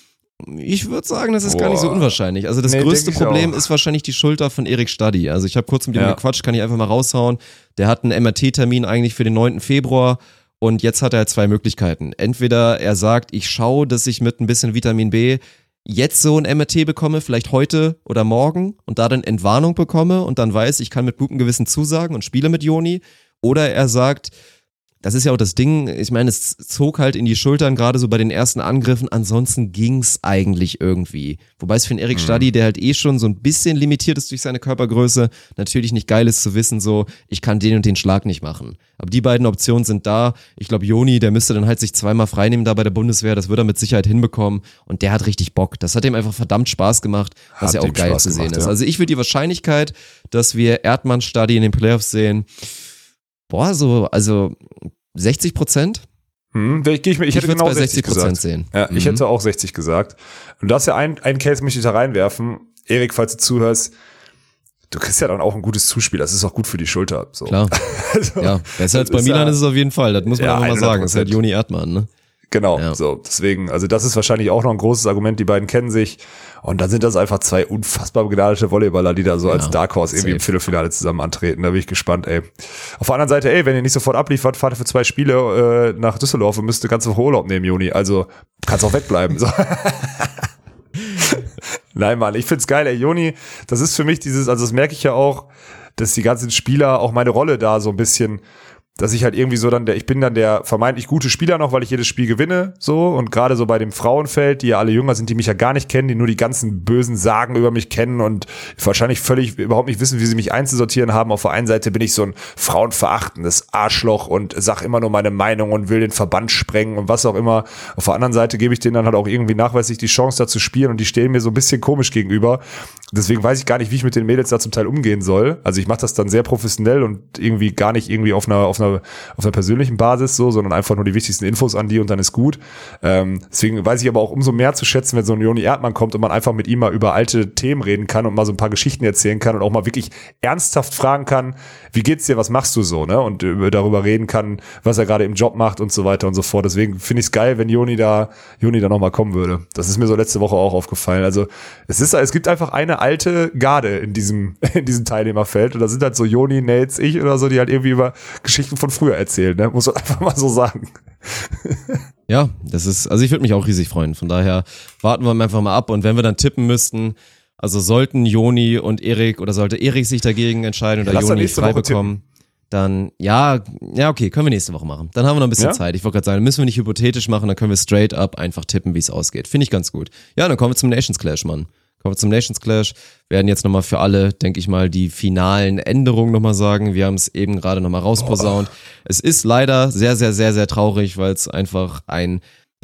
Ich würde sagen, das ist gar nicht so unwahrscheinlich. Also das größte Problem ist wahrscheinlich die Schulter von Erik Stadi. Also ich habe kurz mit ihm gequatscht, kann ich einfach mal raushauen. Der hat einen MRT-Termin eigentlich für den 9. Februar. Und jetzt hat er halt 2 Möglichkeiten. Entweder er sagt, ich schaue, dass ich mit ein bisschen Vitamin B jetzt so ein MRT bekomme, vielleicht heute oder morgen und da dann Entwarnung bekomme und dann weiß, ich kann mit gutem Gewissen zusagen und spiele mit Joni. Oder er sagt, das ist ja auch das Ding, ich meine, es zog halt in die Schultern, gerade so bei den ersten Angriffen, ansonsten ging's eigentlich irgendwie. Wobei es für den Erik Stadi, der halt schon so ein bisschen limitiert ist durch seine Körpergröße, natürlich nicht geil ist zu wissen, so, ich kann den und den Schlag nicht machen. Aber die beiden Optionen sind da. Ich glaube, Joni, der müsste dann halt sich 2-mal freinehmen da bei der Bundeswehr, das wird er mit Sicherheit hinbekommen und der hat richtig Bock. Das hat ihm einfach verdammt Spaß gemacht, was ja auch geil zu sehen ist. Also ich würde die Wahrscheinlichkeit, dass wir Erdmann Stadi in den Playoffs sehen, 60%? Ich hätte genau 60% gesagt. Sehen. Ja, ich hätte auch 60 gesagt. Und das ist ja ein Case, möchte ich da reinwerfen. Erik, falls du zuhörst, du kriegst ja dann auch ein gutes Zuspiel. Das ist auch gut für die Schulter. So. Klar. Also, ja, besser als bei Milan ist es auf jeden Fall. Das muss man auch mal sagen. Das ist halt Joni Erdmann, ne? Genau, so, deswegen, also das ist wahrscheinlich auch noch ein großes Argument, die beiden kennen sich und dann sind das einfach 2 unfassbar begnadete Volleyballer, die da so als Dark Horse irgendwie im Viertelfinale zusammen antreten, da bin ich gespannt, ey. Auf der anderen Seite, wenn ihr nicht sofort abliefert, fahrt ihr für 2 Spiele nach Düsseldorf und müsst ganz auf Urlaub nehmen, Juni, also kannst auch wegbleiben, so. Nein, Mann, ich find's geil, ey, Joni, das ist für mich also das merke ich ja auch, dass die ganzen Spieler auch meine Rolle da so ein bisschen, dass ich halt irgendwie so ich bin dann der vermeintlich gute Spieler noch, weil ich jedes Spiel gewinne, so, und gerade so bei dem Frauenfeld, die ja alle jünger sind, die mich ja gar nicht kennen, die nur die ganzen bösen Sagen über mich kennen und wahrscheinlich völlig überhaupt nicht wissen, wie sie mich einzusortieren haben. Auf der einen Seite bin ich so ein frauenverachtendes Arschloch und sag immer nur meine Meinung und will den Verband sprengen und was auch immer. Auf der anderen Seite gebe ich denen dann halt auch irgendwie nachweislich die Chance, da zu spielen und die stehen mir so ein bisschen komisch gegenüber. Deswegen weiß ich gar nicht, wie ich mit den Mädels da zum Teil umgehen soll. Also ich mache das dann sehr professionell und irgendwie gar nicht irgendwie auf einer persönlichen Basis so, sondern einfach nur die wichtigsten Infos an die und dann ist gut. Deswegen weiß ich aber auch umso mehr zu schätzen, wenn so ein Joni Erdmann kommt und man einfach mit ihm mal über alte Themen reden kann und mal so ein paar Geschichten erzählen kann und auch mal wirklich ernsthaft fragen kann, wie geht's dir, was machst du so, ne? Und darüber reden kann, was er gerade im Job macht und so weiter und so fort. Deswegen finde ich es geil, wenn Joni da nochmal kommen würde. Das ist mir so letzte Woche auch aufgefallen. Also es gibt einfach eine alte Garde in diesem Teilnehmerfeld und da sind halt so Joni, Nates, ich oder so, die halt irgendwie über Geschichten von früher erzählen, ne? Muss man einfach mal so sagen. Ja, also ich würde mich auch riesig freuen. Von daher warten wir einfach mal ab und wenn wir dann tippen müssten, also sollten Joni und Erik oder sollte Erik sich dagegen entscheiden oder Joni frei bekommen, dann okay, können wir nächste Woche machen. Dann haben wir noch ein bisschen Zeit. Ich wollte gerade sagen, müssen wir nicht hypothetisch machen, dann können wir straight up einfach tippen, wie es ausgeht. Finde ich ganz gut. Ja, dann kommen wir zum Nations Clash, Mann. Werden jetzt nochmal für alle, denke ich mal, die finalen Änderungen nochmal sagen. Wir haben es eben gerade nochmal rausposaunt. Es ist leider sehr, sehr, sehr, sehr traurig, weil es einfach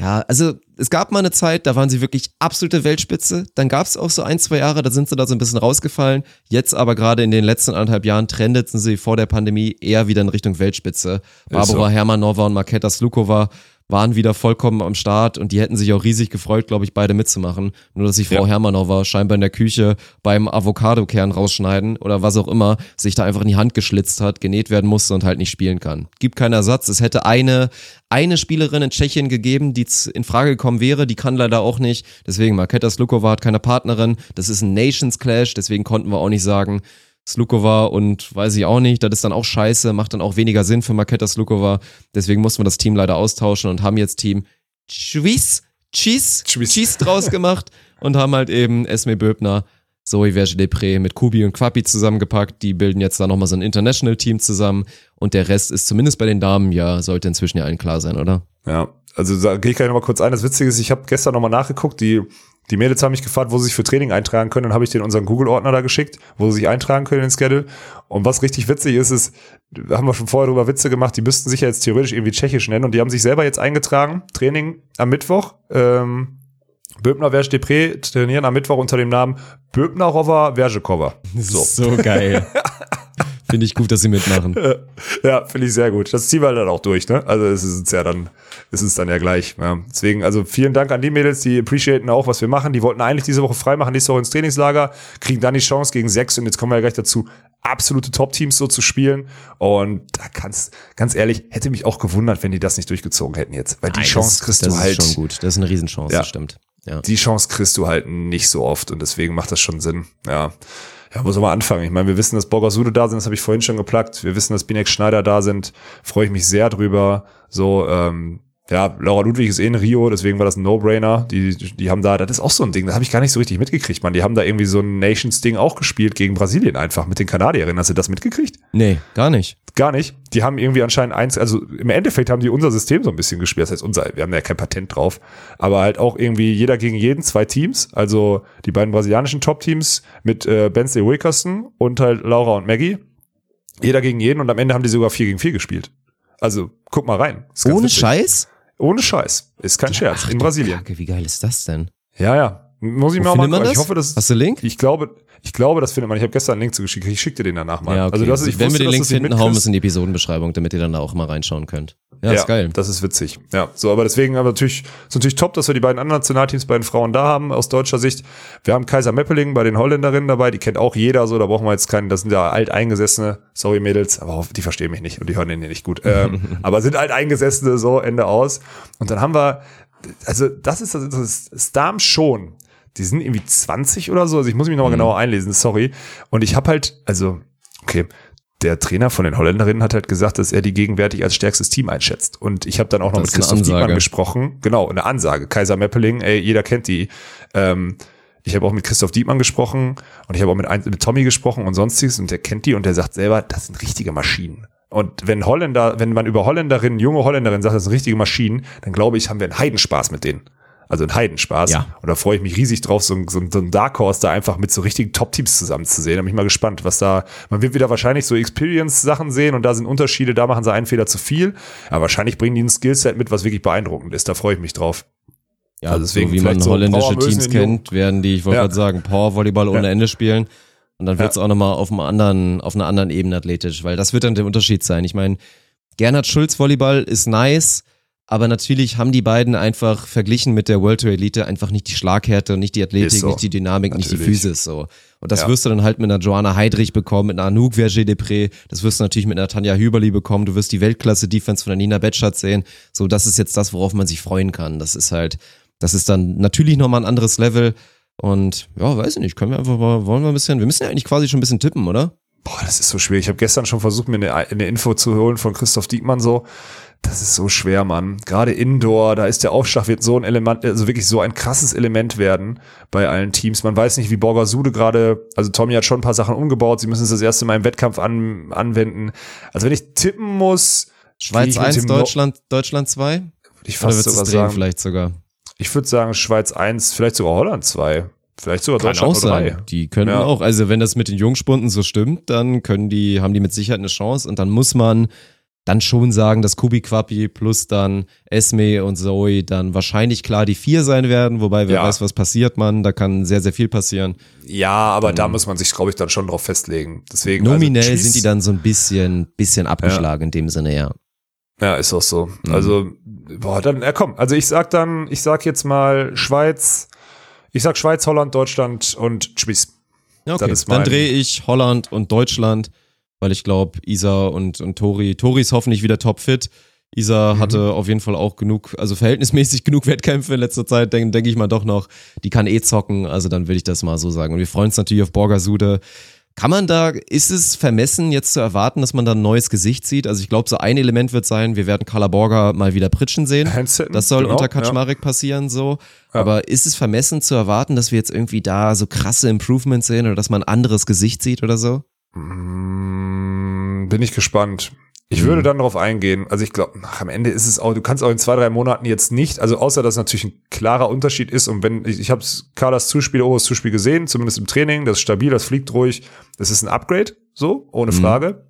Ja, also es gab mal eine Zeit, da waren sie wirklich absolute Weltspitze. Dann gab es auch so 1-2 Jahre, da sind sie da so ein bisschen rausgefallen. Jetzt aber gerade in den letzten 1,5 Jahren trendeten sie vor der Pandemie eher wieder in Richtung Weltspitze. Barbora Hermanova und Markéta Slukova waren wieder vollkommen am Start und die hätten sich auch riesig gefreut, glaube ich, beide mitzumachen. Nur, dass sich Frau Hermanova scheinbar in der Küche beim Avocadokern rausschneiden oder was auch immer, sich da einfach in die Hand geschlitzt hat, genäht werden musste und halt nicht spielen kann. Gibt keinen Ersatz. Es hätte eine Spielerin in Tschechien gegeben, die in Frage gekommen wäre, die kann leider auch nicht. Deswegen, Markéta Slukova hat keine Partnerin. Das ist ein Nations Clash, deswegen konnten wir auch nicht sagen, Slukova und weiß ich auch nicht, das ist dann auch scheiße, macht dann auch weniger Sinn für Markéta Slukova, deswegen mussten wir das Team leider austauschen und haben jetzt Team Cheese draus gemacht und haben halt eben Esme Böbner, Zoe Verge-Depré mit Kubi und Quappi zusammengepackt, die bilden jetzt da nochmal so ein International-Team zusammen und der Rest ist zumindest bei den Damen sollte inzwischen ja allen klar sein, oder? Ja, also da gehe ich gleich nochmal kurz ein, das Witzige ist, ich habe gestern nochmal nachgeguckt, die Mädels haben mich gefragt, wo sie sich für Training eintragen können. Dann habe ich denen unseren Google-Ordner da geschickt, wo sie sich eintragen können in den Schedule. Und was richtig witzig ist, da haben wir schon vorher drüber Witze gemacht, die müssten sich ja jetzt theoretisch irgendwie tschechisch nennen. Und die haben sich selber jetzt eingetragen, Training am Mittwoch. Böbner Verge-Depré trainieren am Mittwoch unter dem Namen Böbnerova Vergekova. So geil. Finde ich gut, dass sie mitmachen. Ja, finde ich sehr gut. Das ziehen wir dann auch durch, ne? Also es ist dann ja gleich. Ja. Deswegen, also vielen Dank an die Mädels, die appreciaten auch, was wir machen. Die wollten eigentlich diese Woche frei machen, nächste Woche ins Trainingslager, kriegen dann die Chance gegen 6 und jetzt kommen wir ja gleich dazu, absolute Top-Teams so zu spielen. Und da ganz ehrlich, hätte mich auch gewundert, wenn die das nicht durchgezogen hätten jetzt. Weil die Chance kriegst du halt. Das ist schon gut. Das ist eine Riesenchance, ja, das stimmt. Ja. Die Chance kriegst du halt nicht so oft und deswegen macht das schon Sinn. Ja, wo soll man anfangen? Ich meine, wir wissen, dass Borgasude da sind, das habe ich vorhin schon geplagt. Wir wissen, dass Binek Schneider da sind. Freue ich mich sehr drüber. So, Laura Ludwig ist in Rio, deswegen war das ein No-Brainer. Die haben da, das ist auch so ein Ding, das habe ich gar nicht so richtig mitgekriegt, Mann. Die haben da irgendwie so ein Nations-Ding auch gespielt gegen Brasilien einfach mit den Kanadierinnen. Hast du das mitgekriegt? Nee, gar nicht. Gar nicht. Die haben irgendwie anscheinend also im Endeffekt haben die unser System so ein bisschen gespielt. Das heißt, wir haben ja kein Patent drauf. Aber halt auch irgendwie jeder gegen jeden, 2 Teams. Also die beiden brasilianischen Top-Teams mit Bensley Wilkerson und halt Laura und Maggie. Jeder gegen jeden und am Ende haben die sogar 4 gegen 4 gespielt. Also guck mal rein. Ohne Scheiß? Ohne Scheiß. Ist kein Scherz. In Brasilien. Kacke, wie geil ist das denn? Ja. Muss ich mir auch mal gucken. Ich hoffe, das. Hast du einen Link? Ich glaube, das findet man. Ich habe gestern einen Link zugeschickt. Ich schicke dir den danach mal. Ja, okay. Also ich wenn wir den Link finden, hauen wir es in die Episodenbeschreibung, damit ihr dann da auch mal reinschauen könnt. Ja, ist geil. Das ist witzig. Ja, so, aber deswegen ist natürlich top, dass wir die beiden anderen Nationalteams bei den Frauen da haben, aus deutscher Sicht. Wir haben Kaiser Meppeling bei den Holländerinnen dabei, die kennt auch jeder, so, da brauchen wir jetzt keinen, das sind ja alteingesessene, sorry Mädels, aber die verstehen mich nicht und die hören den hier nicht gut, aber sind alteingesessene, so, Ende aus. Und dann haben wir, also das Damen schon, die sind irgendwie 20 oder so, also ich muss mich nochmal genauer einlesen, sorry. Und ich habe halt, okay, der Trainer von den Holländerinnen hat halt gesagt, dass er die gegenwärtig als stärkstes Team einschätzt. Und ich habe dann auch noch mit Christoph Diekmann gesprochen. Genau, eine Ansage. Kaiser Meppeling, jeder kennt die. Ich habe auch mit Christoph Diekmann gesprochen und ich habe auch mit Tommy gesprochen und sonstiges und der kennt die und der sagt selber, das sind richtige Maschinen. Und wenn man über Holländerinnen, junge Holländerinnen sagt, das sind richtige Maschinen, dann glaube ich, haben wir einen Heidenspaß mit denen. Also ein Heidenspaß. Ja. Und da freue ich mich riesig drauf, so ein Dark Horse da einfach mit so richtigen Top-Teams zusammen zu sehen. Da bin ich mal gespannt, man wird wieder wahrscheinlich so Experience-Sachen sehen und da sind Unterschiede, da machen sie einen Fehler zu viel. Aber wahrscheinlich bringen die ein Skillset mit, was wirklich beeindruckend ist. Da freue ich mich drauf. Ja, also deswegen, so wie man holländische Teams kennt, werden die, ich wollte gerade sagen, Power-Volleyball ohne Ende spielen. Und dann wird es auch nochmal auf einer anderen Ebene athletisch, weil das wird dann der Unterschied sein. Ich meine, Gernot Schulz Volleyball ist nice, aber natürlich haben die beiden einfach verglichen mit der World Tour Elite einfach nicht die Schlaghärte, nicht die Athletik, so. Nicht die Dynamik, natürlich. Nicht die Physis, so. Und das wirst du dann halt mit einer Joanna Heidrich bekommen, mit einer Anouk Verge-Depré, das wirst du natürlich mit einer Tanja Hüberli bekommen, du wirst die Weltklasse-Defense von der Nina Betschart sehen. So, das ist jetzt das, worauf man sich freuen kann. Das ist dann natürlich nochmal ein anderes Level. Und ja, weiß ich nicht, wollen wir ein bisschen, wir müssen ja eigentlich quasi schon ein bisschen tippen, oder? Boah, das ist so schwer. Ich habe gestern schon versucht, mir eine Info zu holen von Christoph Diekmann so. Das ist so schwer, Mann. Gerade Indoor, da ist der Aufschlag, wird so ein Element, also wirklich so ein krasses Element werden bei allen Teams. Man weiß nicht, wie Borgasude gerade, also Tommy hat schon ein paar Sachen umgebaut, sie müssen es das erste Mal im Wettkampf anwenden. Also wenn ich tippen muss. Schweiz 1, Deutschland 2? Würde ich fast sogar sagen. Vielleicht sogar. Ich würde sagen Schweiz 1, vielleicht sogar Holland 2. Vielleicht sogar Deutschland 3. Die können auch, also wenn das mit den Jungspunden so stimmt, dann haben die mit Sicherheit eine Chance und dann muss man dann schon sagen, dass Kubi Quappi plus dann Esme und Zoe dann wahrscheinlich klar die 4 sein werden, wobei wer weiß, was passiert, Mann, da kann sehr, sehr viel passieren. Ja, aber da muss man sich, glaube ich, dann schon drauf festlegen. Deswegen, nominell sind die dann so ein bisschen abgeschlagen in dem Sinne, ja. Ja, ist auch so. Also, dann, komm, also ich sag jetzt mal Schweiz, Holland, Deutschland und Schweiz. Ja, okay, dann drehe ich Holland und Deutschland, weil ich glaube, Isa und Tori ist hoffentlich wieder topfit. Isa hatte auf jeden Fall auch verhältnismäßig genug Wettkämpfe in letzter Zeit, denke ich mal doch noch. Die kann zocken, also dann will ich das mal so sagen. Und wir freuen uns natürlich auf Borgasude. Ist es vermessen, jetzt zu erwarten, dass man da ein neues Gesicht sieht? Also ich glaube, so ein Element wird sein, wir werden Carla Borger mal wieder pritschen sehen. Das soll unter Kaczmarek passieren, so. Ja. Aber ist es vermessen zu erwarten, dass wir jetzt irgendwie da so krasse Improvements sehen oder dass man ein anderes Gesicht sieht oder so? Bin ich gespannt. Ich würde dann darauf eingehen. Also ich glaube, am Ende ist es auch, du kannst auch in 2-3 Monaten jetzt nicht, also außer dass natürlich ein klarer Unterschied ist und wenn, ich habe Carlas Zuspiel, Oros Zuspiel gesehen, zumindest im Training, das ist stabil, das fliegt ruhig, das ist ein Upgrade, so, ohne Frage.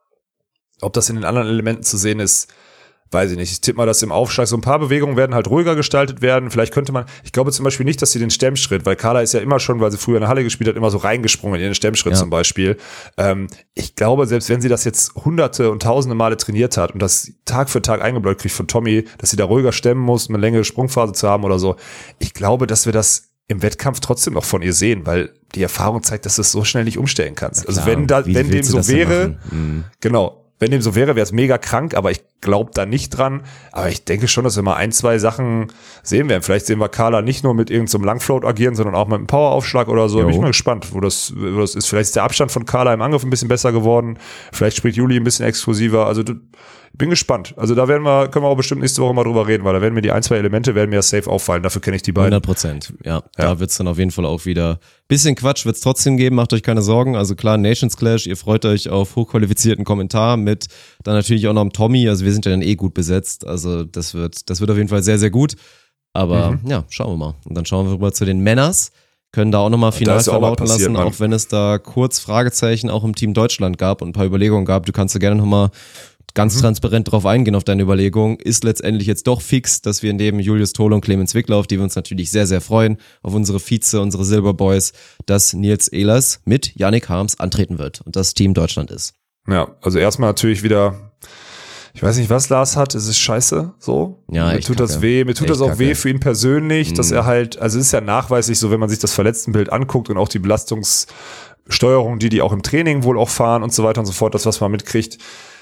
Ob das in den anderen Elementen zu sehen ist, weiß ich nicht. Ich tippe mal, dass im Aufschlag so ein paar Bewegungen werden halt ruhiger gestaltet werden. Vielleicht könnte man, ich glaube zum Beispiel nicht, dass sie den Stemmschritt, weil Carla ist ja immer schon, weil sie früher in der Halle gespielt hat, immer so reingesprungen in den Stemmschritt zum Beispiel. Ich glaube, selbst wenn sie das jetzt hunderte und tausende Male trainiert hat und das Tag für Tag eingebläut kriegt von Tommy, dass sie da ruhiger stemmen muss, um eine längere Sprungphase zu haben oder so. Ich glaube, dass wir das im Wettkampf trotzdem noch von ihr sehen, weil die Erfahrung zeigt, dass du es so schnell nicht umstellen kannst. Also wenn dem so wäre, genau. Wenn dem so wäre, wäre es mega krank, aber ich glaube da nicht dran. Aber ich denke schon, dass wir mal 1-2 Sachen sehen werden. Vielleicht sehen wir Carla nicht nur mit irgendeinem Langfloat agieren, sondern auch mit einem Poweraufschlag oder so. Bin ich mal gespannt, wo das ist. Vielleicht ist der Abstand von Carla im Angriff ein bisschen besser geworden. Vielleicht spielt Juli ein bisschen exklusiver. Also bin gespannt. Also da können wir auch bestimmt nächste Woche mal drüber reden, weil da werden mir die 1-2 Elemente ja safe auffallen. Dafür kenne ich die beiden. 100%. Ja, da wird's dann auf jeden Fall auch wieder bisschen Quatsch wird's trotzdem geben. Macht euch keine Sorgen. Also klar, Nations Clash. Ihr freut euch auf hochqualifizierten Kommentar mit dann natürlich auch noch einem Tommy. Also wir sind ja dann gut besetzt. Also das wird auf jeden Fall sehr, sehr gut. Aber ja, schauen wir mal. Und dann schauen wir rüber zu den Männers. Können da auch nochmal final verlauten lassen, auch wenn es da kurz Fragezeichen auch im Team Deutschland gab und ein paar Überlegungen gab. Du kannst da gerne nochmal ganz transparent drauf eingehen auf deine Überlegung. Ist letztendlich jetzt doch fix, dass wir neben Julius Tole und Clemens Wickler, auf die wir uns natürlich sehr, sehr freuen, auf unsere unsere Silberboys, dass Nils Ehlers mit Yannick Harms antreten wird und das Team Deutschland ist. Ja, also erstmal natürlich wieder, ich weiß nicht, was Lars hat, es ist scheiße, so. Ja, mir tut das weh, mir tut das auch weh für ihn persönlich, dass er halt, also es ist ja nachweislich so, wenn man sich das Verletztenbild anguckt und auch die Belastungssteuerung, die auch im Training wohl auch fahren und so weiter und so fort, das, was man mitkriegt,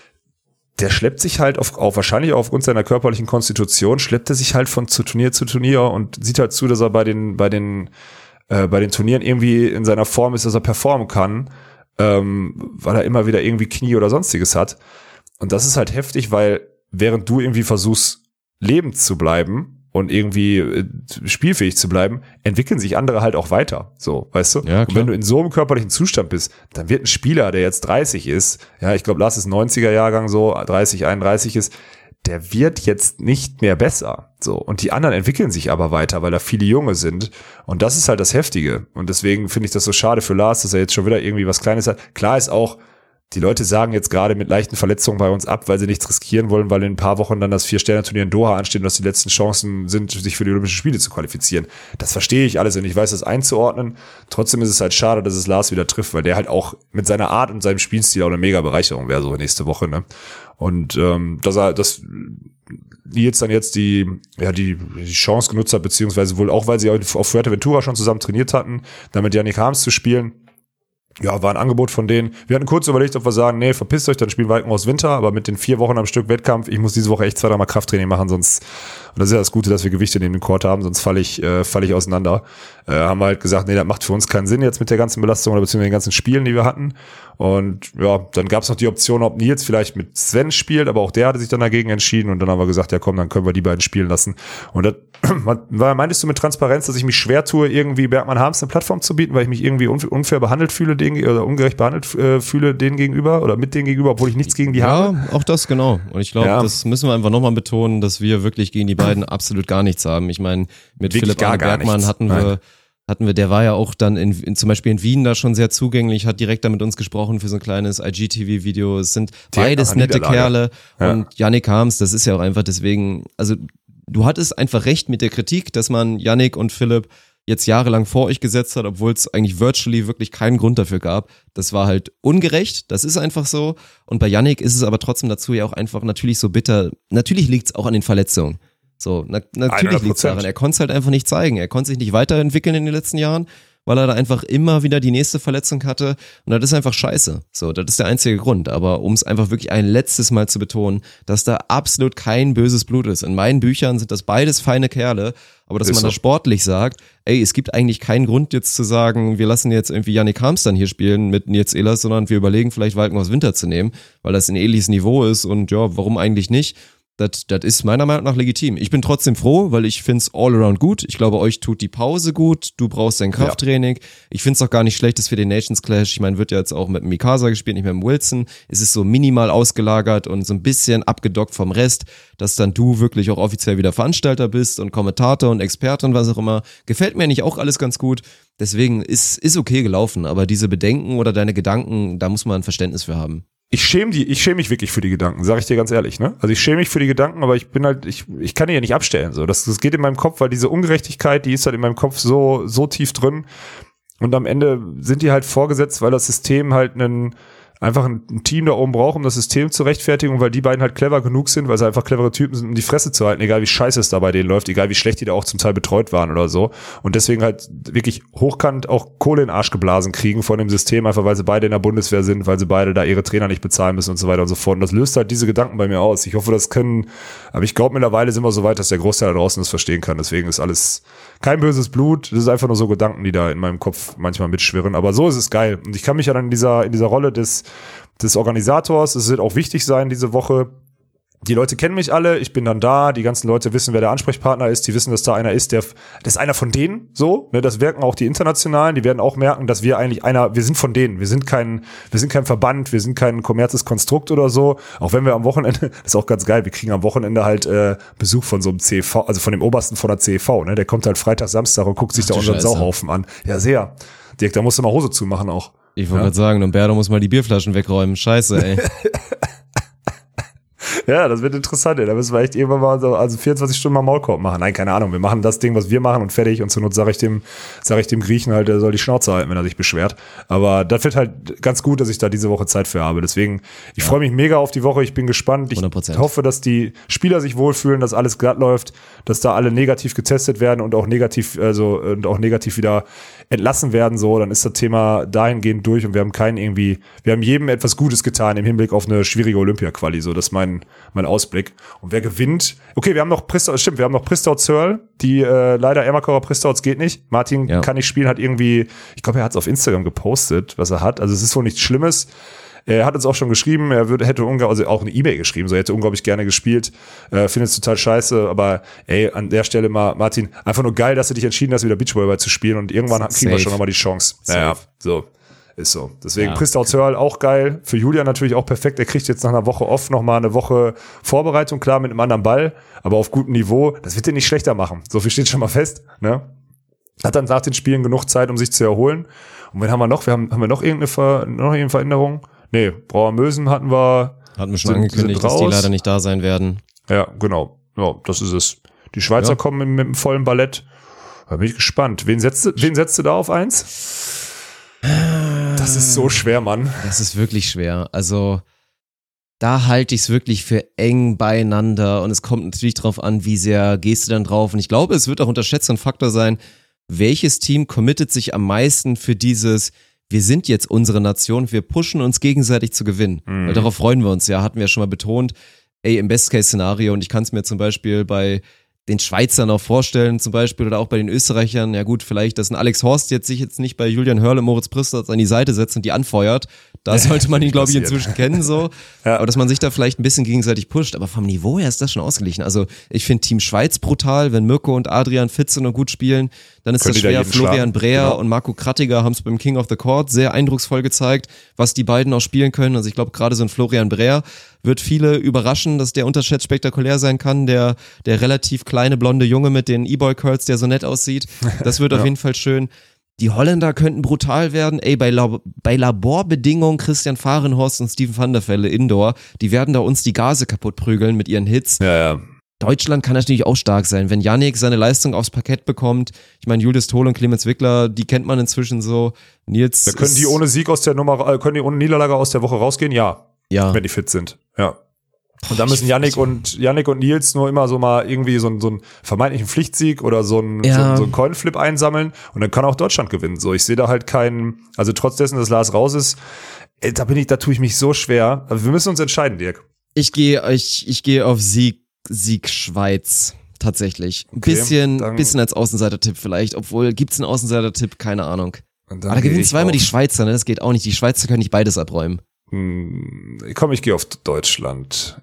der schleppt sich halt wahrscheinlich auch aufgrund seiner körperlichen Konstitution, schleppt er sich halt von Turnier zu Turnier und sieht halt zu, dass er bei den Turnieren irgendwie in seiner Form ist, dass er performen kann, weil er immer wieder irgendwie Knie oder sonstiges hat. Und das ist halt heftig, weil während du irgendwie versuchst, lebend zu bleiben und irgendwie spielfähig zu bleiben, entwickeln sich andere halt auch weiter. So, weißt du? Ja, und wenn du in so einem körperlichen Zustand bist, dann wird ein Spieler, der jetzt 30 ist, ja, ich glaube, Lars ist 90er-Jahrgang so, 30, 31 ist, der wird jetzt nicht mehr besser. So. Und die anderen entwickeln sich aber weiter, weil da viele Junge sind. Und das ist halt das Heftige. Und deswegen finde ich das so schade für Lars, dass er jetzt schon wieder irgendwie was Kleines hat. Klar ist auch, die Leute sagen jetzt gerade mit leichten Verletzungen bei uns ab, weil sie nichts riskieren wollen, weil in ein paar Wochen dann das 4-Sterne-Turnier in Doha ansteht und dass die letzten Chancen sind, sich für die Olympischen Spiele zu qualifizieren. Das verstehe ich alles und ich weiß das einzuordnen. Trotzdem ist es halt schade, dass es Lars wieder trifft, weil der halt auch mit seiner Art und seinem Spielstil auch eine mega Bereicherung wäre, so nächste Woche, ne? Und dass Nils dann jetzt die Chance genutzt hat, beziehungsweise wohl auch, weil sie auf Fuerteventura schon zusammen trainiert hatten, damit Yannick Harms zu spielen. Ja, war ein Angebot von denen. Wir hatten kurz überlegt, ob wir sagen, nee, verpisst euch, dann spielen wir Walkenhaus Winter, aber mit den 4 Wochen am Stück Wettkampf, ich muss diese Woche echt 2-3 Mal Krafttraining machen, sonst, und das ist ja das Gute, dass wir Gewichte neben dem Court haben, sonst falle ich auseinander. Haben wir halt gesagt, nee, das macht für uns keinen Sinn jetzt mit der ganzen Belastung oder beziehungsweise den ganzen Spielen, die wir hatten. Und ja, dann gab es noch die Option, ob Nils vielleicht mit Sven spielt, aber auch der hatte sich dann dagegen entschieden und dann haben wir gesagt, ja komm, dann können wir die beiden spielen lassen. Und das, meintest du mit Transparenz, dass ich mich schwer tue, irgendwie Bergmann Harms eine Plattform zu bieten, weil ich mich irgendwie unfair behandelt fühle, oder ungerecht behandelt fühle denen gegenüber oder mit denen gegenüber, obwohl ich nichts gegen die habe? Ja, auch das, genau. Und ich glaube, das müssen wir einfach nochmal betonen, dass wir wirklich gegen die beiden absolut gar nichts haben. Ich meine, mit wirklich Philipp Arne Bergmann hatten wir der war ja auch dann zum Beispiel in Wien da schon sehr zugänglich, hat direkt da mit uns gesprochen für so ein kleines IGTV-Video. Es sind beides nette Kerle und Yannick Harms, das ist ja auch einfach deswegen, also du hattest einfach recht mit der Kritik, dass man Yannick und Philipp jetzt jahrelang vor euch gesetzt hat, obwohl es eigentlich virtually wirklich keinen Grund dafür gab. Das war halt ungerecht, das ist einfach so. Und bei Yannick ist es aber trotzdem dazu ja auch einfach natürlich so bitter. Natürlich liegt es auch an den Verletzungen. So, natürlich liegt es daran. Er konnte es halt einfach nicht zeigen. Er konnte sich nicht weiterentwickeln in den letzten Jahren, weil er da einfach immer wieder die nächste Verletzung hatte. Und das ist einfach scheiße. So, das ist der einzige Grund. Aber um es einfach wirklich ein letztes Mal zu betonen, dass da absolut kein böses Blut ist. In meinen Büchern sind das beides feine Kerle. Aber dass man da sportlich sagt, ey, es gibt eigentlich keinen Grund jetzt zu sagen, wir lassen jetzt irgendwie Yannick Harms dann hier spielen mit Nils Ehlers, sondern wir überlegen vielleicht Walkenhaus Winter zu nehmen, weil das ein ähnliches Niveau ist und ja, warum eigentlich nicht? Das ist meiner Meinung nach legitim. Ich bin trotzdem froh, weil ich find's all around gut. Ich glaube, euch tut die Pause gut. Du brauchst dein Krafttraining. Ja. Ich find's auch gar nicht schlecht, dass für den Nations Clash, ich meine, wird ja jetzt auch mit Mikasa gespielt, nicht mehr mit Wilson. Es ist so minimal ausgelagert und so ein bisschen abgedockt vom Rest, dass dann du wirklich auch offiziell wieder Veranstalter bist und Kommentator und Experte und was auch immer. Gefällt mir nicht auch alles ganz gut. Deswegen ist okay gelaufen. Aber diese Bedenken oder deine Gedanken, da muss man ein Verständnis für haben. Ich schäme mich wirklich für die Gedanken, sage ich dir ganz ehrlich, ne? Also ich schäme mich für die Gedanken, aber ich bin halt, ich kann die ja nicht abstellen, so. Das geht in meinem Kopf, weil diese Ungerechtigkeit, die ist halt in meinem Kopf so tief drin. Und am Ende sind die halt vorgesetzt, weil das System halt einfach ein Team da oben braucht, um das System zu rechtfertigen, und weil die beiden halt clever genug sind, weil sie einfach clevere Typen sind, um die Fresse zu halten, egal wie scheiße es da bei denen läuft, egal wie schlecht die da auch zum Teil betreut waren oder so. Und deswegen halt wirklich hochkant auch Kohle in den Arsch geblasen kriegen von dem System, einfach weil sie beide in der Bundeswehr sind, weil sie beide da ihre Trainer nicht bezahlen müssen und so weiter und so fort. Und das löst halt diese Gedanken bei mir aus. Ich hoffe, aber ich glaube, mittlerweile sind wir so weit, dass der Großteil da draußen das verstehen kann. Deswegen ist alles kein böses Blut. Das ist einfach nur so Gedanken, die da in meinem Kopf manchmal mitschwirren. Aber so ist es geil. Und ich kann mich ja dann in dieser Rolle des Organisators, es wird auch wichtig sein diese Woche. Die Leute kennen mich alle, ich bin dann da, die ganzen Leute wissen, wer der Ansprechpartner ist, die wissen, dass da einer ist, das ist einer von denen, so, ne, das wirken auch die Internationalen, die werden auch merken, dass wir eigentlich wir sind von denen, wir sind kein Verband, wir sind kein kommerzes Konstrukt oder so, auch wenn wir am Wochenende, das ist auch ganz geil, wir kriegen am Wochenende halt Besuch von so einem CV, also von dem Obersten von der CV, ne, der kommt halt Freitag, Samstag und guckt sich da unseren Sauhaufen an. Ja, sehr. Dirk, da musst du mal Hose zumachen auch. Ich wollte gerade sagen, Umberto muss mal die Bierflaschen wegräumen. Scheiße, ey. Ja, das wird interessant, ey. Da müssen wir echt irgendwann mal 24 Stunden mal Maulkorb machen. Nein, keine Ahnung. Wir machen das Ding, was wir machen und fertig. Und zur Not sage ich dem Griechen halt, er soll die Schnauze halten, wenn er sich beschwert. Aber das wird halt ganz gut, dass ich da diese Woche Zeit für habe. Deswegen, ich freue mich mega auf die Woche. Ich bin gespannt. Ich 100%. hoffe, dass die Spieler sich wohlfühlen, dass alles glatt läuft, dass da alle negativ getestet werden und auch negativ wieder entlassen werden. So, dann ist das Thema dahingehend durch und wir haben jedem etwas Gutes getan im Hinblick auf eine schwierige Olympia-Quali. So, das ist mein Ausblick. Und wer gewinnt? Okay, wir haben noch Pristauz-Searle, die leider Ermakauer Pristauz geht nicht. Martin kann nicht spielen, hat irgendwie, ich glaube, er hat es auf Instagram gepostet, was er hat. Also es ist wohl nichts Schlimmes. Er hat uns auch schon geschrieben, hätte auch eine E-Mail geschrieben, so hätte unglaublich gerne gespielt, findet es total scheiße, aber ey, an der Stelle mal, Martin, einfach nur geil, dass du dich entschieden hast, wieder Beachvolleyball zu spielen und irgendwann kriegen wir schon nochmal die Chance. Ja, so. Ist so. Deswegen Pristauz-Searle auch geil. Für Julian natürlich auch perfekt. Er kriegt jetzt nach einer Woche off nochmal eine Woche Vorbereitung, klar, mit einem anderen Ball, aber auf gutem Niveau. Das wird den nicht schlechter machen. So viel steht schon mal fest, ne? Hat dann nach den Spielen genug Zeit, um sich zu erholen. Und wen haben wir noch? Haben wir noch irgendeine Veränderung? Nee, Brauer Mösen hatten wir schon angekündigt, dass die leider nicht da sein werden. Ja, genau. Ja, das ist es. Die Schweizer kommen mit einem vollen Ballett. Da bin ich gespannt. Wen setzt du da auf 1? Das ist so schwer, Mann. Das ist wirklich schwer. Also, da halte ich es wirklich für eng beieinander und es kommt natürlich drauf an, wie sehr gehst du dann drauf. Und ich glaube, es wird auch unterschätzt ein Faktor sein, welches Team committet sich am meisten für dieses, wir sind jetzt unsere Nation, wir pushen uns gegenseitig zu gewinnen. Weil darauf freuen wir uns, ja, hatten wir ja schon mal betont. Ey, im Best-Case-Szenario, und ich kann es mir zum Beispiel bei den Schweizern auch vorstellen, zum Beispiel, oder auch bei den Österreichern, ja gut, vielleicht, dass ein Alex Horst sich jetzt nicht bei Julian Hörl und Moritz Pristauz an die Seite setzt und die anfeuert. Da sollte man ihn, glaube ich, inzwischen kennen, so. Ja. Aber dass man sich da vielleicht ein bisschen gegenseitig pusht. Aber vom Niveau her ist das schon ausgeglichen. Also, ich finde Team Schweiz brutal, wenn Mirko und Adrian fit sind und gut spielen, dann ist das schwer. Florian Breher und Marco Krattiger haben es beim King of the Court sehr eindrucksvoll gezeigt, was die beiden auch spielen können. Also, ich glaube, gerade so ein Florian Breher, wird viele überraschen, dass der unterschätzt spektakulär sein kann, der relativ kleine blonde Junge mit den E-Boy-Curls, der so nett aussieht. Das wird auf jeden Fall schön. Die Holländer könnten brutal werden. Ey, bei Laborbedingungen Christian Fahrenhorst und Steven van der Velde Indoor, die werden da uns die Gase kaputt prügeln mit ihren Hits. Ja. Deutschland kann natürlich auch stark sein. Wenn Yannick seine Leistung aufs Parkett bekommt, ich meine, Julius Tol und Clemens Wickler, die kennt man inzwischen so. Nils. Da können die ohne ohne Niederlage aus der Woche rausgehen? Ja. Wenn die fit sind. Ja. Und dann müssen Yannick und Nils nur immer so mal irgendwie so einen vermeintlichen Pflichtsieg oder so einen Coinflip einsammeln und dann kann auch Deutschland gewinnen. So, ich sehe da halt keinen, also trotz dessen, dass Lars raus ist, da tue ich mich so schwer. Also wir müssen uns entscheiden, Dirk. Ich gehe auf Sieg Schweiz. Tatsächlich. Ein bisschen als Außenseiter-Tipp vielleicht, obwohl gibt's einen Außenseiter-Tipp? Keine Ahnung. Aber da gewinnen zweimal die Schweizer, ne? Das geht auch nicht. Die Schweizer können nicht beides abräumen. Komm, ich gehe auf Deutschland.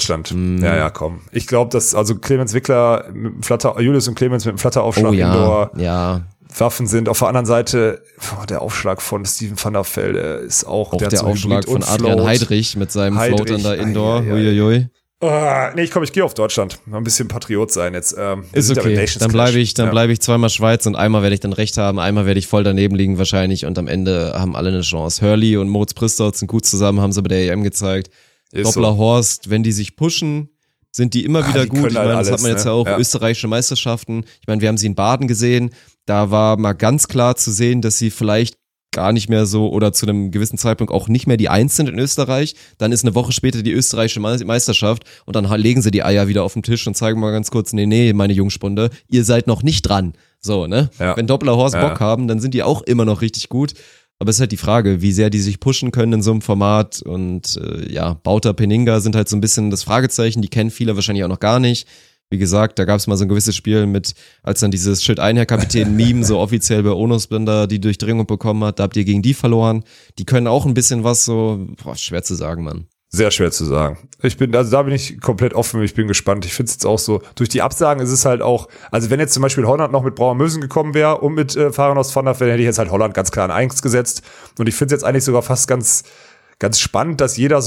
Ja, komm. Ich glaube, dass also Clemens Wickler Julius und Clemens mit dem Flatteraufschlag Indoor Waffen sind. Auf der anderen Seite der Aufschlag von Steven van der Velde ist auch der Aufschlag von Adrian Heidrich mit seinem Float an der Indoor. Uiuiui. Ich gehe auf Deutschland. Mal ein bisschen Patriot sein jetzt. Ist okay, dann bleibe ich zweimal Schweiz und einmal werde ich dann recht haben, einmal werde ich voll daneben liegen wahrscheinlich und am Ende haben alle eine Chance. Hurley und Moritz Pristotz sind gut zusammen, haben sie bei der EM gezeigt. Doppler-Horst, wenn die sich pushen, sind die immer wieder gut. Ich meine, das hat man jetzt ja auch österreichische Meisterschaften. Ich meine, wir haben sie in Baden gesehen, da war mal ganz klar zu sehen, dass sie vielleicht gar nicht mehr so oder zu einem gewissen Zeitpunkt auch nicht mehr die Eins sind in Österreich, dann ist eine Woche später die österreichische Meisterschaft und dann legen sie die Eier wieder auf den Tisch und zeigen mal ganz kurz, nee, meine Jungspunde, ihr seid noch nicht dran. So, ne? Ja. Wenn Doppler Horst Bock haben, dann sind die auch immer noch richtig gut. Aber es ist halt die Frage, wie sehr die sich pushen können in so einem Format und Bauta, Peninga sind halt so ein bisschen das Fragezeichen, die kennen viele wahrscheinlich auch noch gar nicht. Wie gesagt, da gab es mal so ein gewisses Spiel mit, als dann dieses Schild-Ein-Herr-Kapitän-Meme so offiziell bei Onosblender die Durchdringung bekommen hat, da habt ihr gegen die verloren. Die können auch ein bisschen was so, schwer zu sagen, Mann. Sehr schwer zu sagen. Da bin ich komplett offen, ich bin gespannt. Ich finde es jetzt auch so, durch die Absagen ist es halt auch, also wenn jetzt zum Beispiel Holland noch mit Brauer-Mösen gekommen wäre und mit Fahrenhorst van der Velde, hätte ich jetzt halt Holland ganz klar in 1 gesetzt. Und ich finde es jetzt eigentlich sogar fast ganz, ganz spannend, dass jede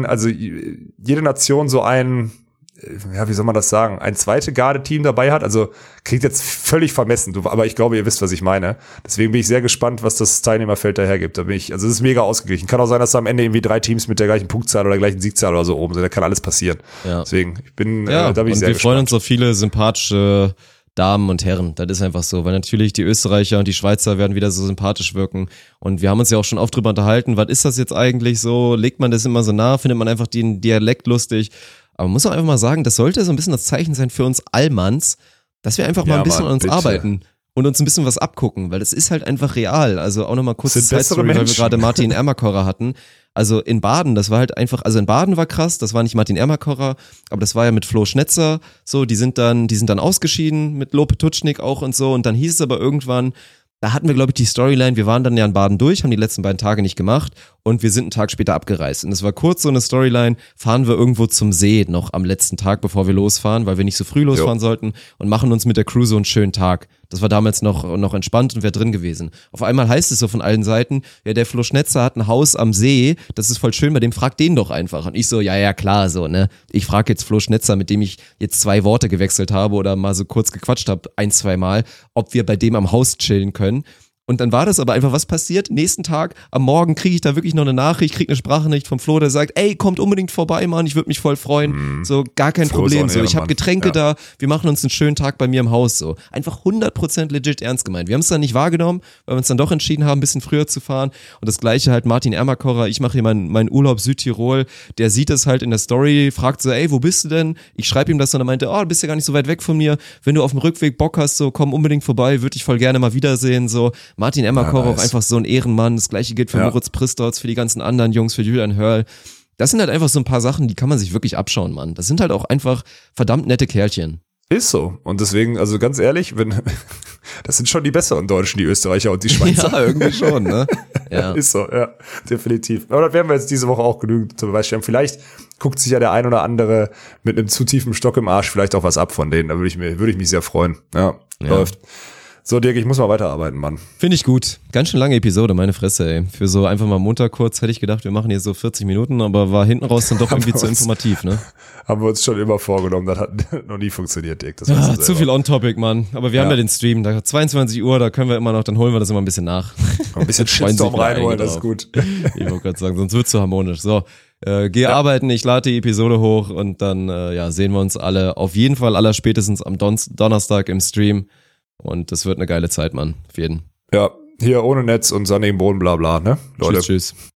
Nation so ein, wie soll man das sagen, ein zweite Garde-Team dabei hat, also klingt jetzt völlig vermessen, aber ich glaube, ihr wisst, was ich meine. Deswegen bin ich sehr gespannt, was das Teilnehmerfeld dahergibt. Also es ist mega ausgeglichen. Kann auch sein, dass da am Ende irgendwie 3 Teams mit der gleichen Punktzahl oder gleichen Siegzahl oder so oben sind. Da kann alles passieren. Ja. Deswegen, da bin ich sehr gespannt. Wir freuen uns auf viele sympathische Damen und Herren. Das ist einfach so, weil natürlich die Österreicher und die Schweizer werden wieder so sympathisch wirken. Und wir haben uns ja auch schon oft drüber unterhalten, was ist das jetzt eigentlich so? Legt man das immer so nah? Findet man einfach den Dialekt lustig? Aber man muss auch einfach mal sagen, das sollte so ein bisschen das Zeichen sein für uns Allmanns, dass wir einfach mal ein bisschen an uns arbeiten und uns ein bisschen was abgucken, weil das ist halt einfach real. Also auch nochmal kurz Side-Story, weil wir gerade Martin Ermakorrer hatten. Also in Baden, das war halt einfach, also in Baden war krass, das war nicht Martin Ermakorrer, aber das war ja mit Flo Schnetzer, so, die sind dann ausgeschieden, mit Lope Tutschnik auch und so, und dann hieß es aber irgendwann, da hatten wir, glaube ich, die Storyline, wir waren dann ja in Baden durch, haben die letzten beiden Tage nicht gemacht und wir sind einen Tag später abgereist. Und es war kurz so eine Storyline, fahren wir irgendwo zum See noch am letzten Tag, bevor wir losfahren, weil wir nicht so früh losfahren sollten und machen uns mit der Crew so einen schönen Tag. Das war damals noch entspannt und wäre drin gewesen. Auf einmal heißt es so von allen Seiten, ja, der Flo Schnetzer hat ein Haus am See, das ist voll schön, bei dem fragt den doch einfach. Und ich so, ja, klar, so, ne. Ich frage jetzt Flo Schnetzer, mit dem ich jetzt 2 Worte gewechselt habe oder mal so kurz gequatscht habe, 1-2 Mal, ob wir bei dem am Haus chillen können. Und dann war das aber einfach, was passiert? Nächsten Tag, am Morgen kriege ich da wirklich noch eine Nachricht, kriege eine Sprachnachricht vom Flo, der sagt, ey, kommt unbedingt vorbei, Mann, ich würde mich voll freuen. So, gar kein Problem. So, ich habe Getränke da, wir machen uns einen schönen Tag bei mir im Haus. So, einfach 100% legit ernst gemeint. Wir haben es dann nicht wahrgenommen, weil wir uns dann doch entschieden haben, ein bisschen früher zu fahren. Und das Gleiche halt Martin Ermakorrer, ich mache hier meinen Urlaub Südtirol, der sieht das halt in der Story, fragt so, ey, wo bist du denn? Ich schreibe ihm das und er meinte, du bist ja gar nicht so weit weg von mir. Wenn du auf dem Rückweg Bock hast, so, komm unbedingt vorbei, würde ich voll gerne mal wiedersehen. So, Martin Ermakorrer, auch einfach so ein Ehrenmann. Das Gleiche gilt für Moritz Pristotz, für die ganzen anderen Jungs, für Julian Hörl. Das sind halt einfach so ein paar Sachen, die kann man sich wirklich abschauen, Mann. Das sind halt auch einfach verdammt nette Kerlchen. Ist so. Und deswegen, also ganz ehrlich, das sind schon die besseren Deutschen, die Österreicher und die Schweizer. Ja, irgendwie schon, ne? Ja. Ist so, ja, definitiv. Aber das werden wir jetzt diese Woche auch genügend zu Beweis stellen. Vielleicht guckt sich ja der ein oder andere mit einem zu tiefen Stock im Arsch vielleicht auch was ab von denen. Da würde ich mich sehr freuen. Ja, läuft. So, Dirk, ich muss mal weiterarbeiten, Mann. Finde ich gut. Ganz schön lange Episode, meine Fresse, ey. Für so einfach mal Montag kurz hätte ich gedacht, wir machen hier so 40 Minuten, aber war hinten raus dann doch irgendwie zu informativ, ne? Haben wir uns schon immer vorgenommen, das hat noch nie funktioniert, Dirk. Das zu viel on-topic, Mann. Aber wir haben ja den Stream, da 22 Uhr, da können wir immer noch, dann holen wir das immer ein bisschen nach. Ein bisschen Shitstorm reinholen, das ist gut. Ich wollte gerade sagen, sonst wird's zu harmonisch. So, geh arbeiten, ich lade die Episode hoch und dann sehen wir uns alle auf jeden Fall allerspätestens am Donnerstag im Stream. Und das wird eine geile Zeit, Mann. Auf jeden. Ja, hier ohne Netz und sandigen Boden, bla bla, ne? Leute. Tschüss.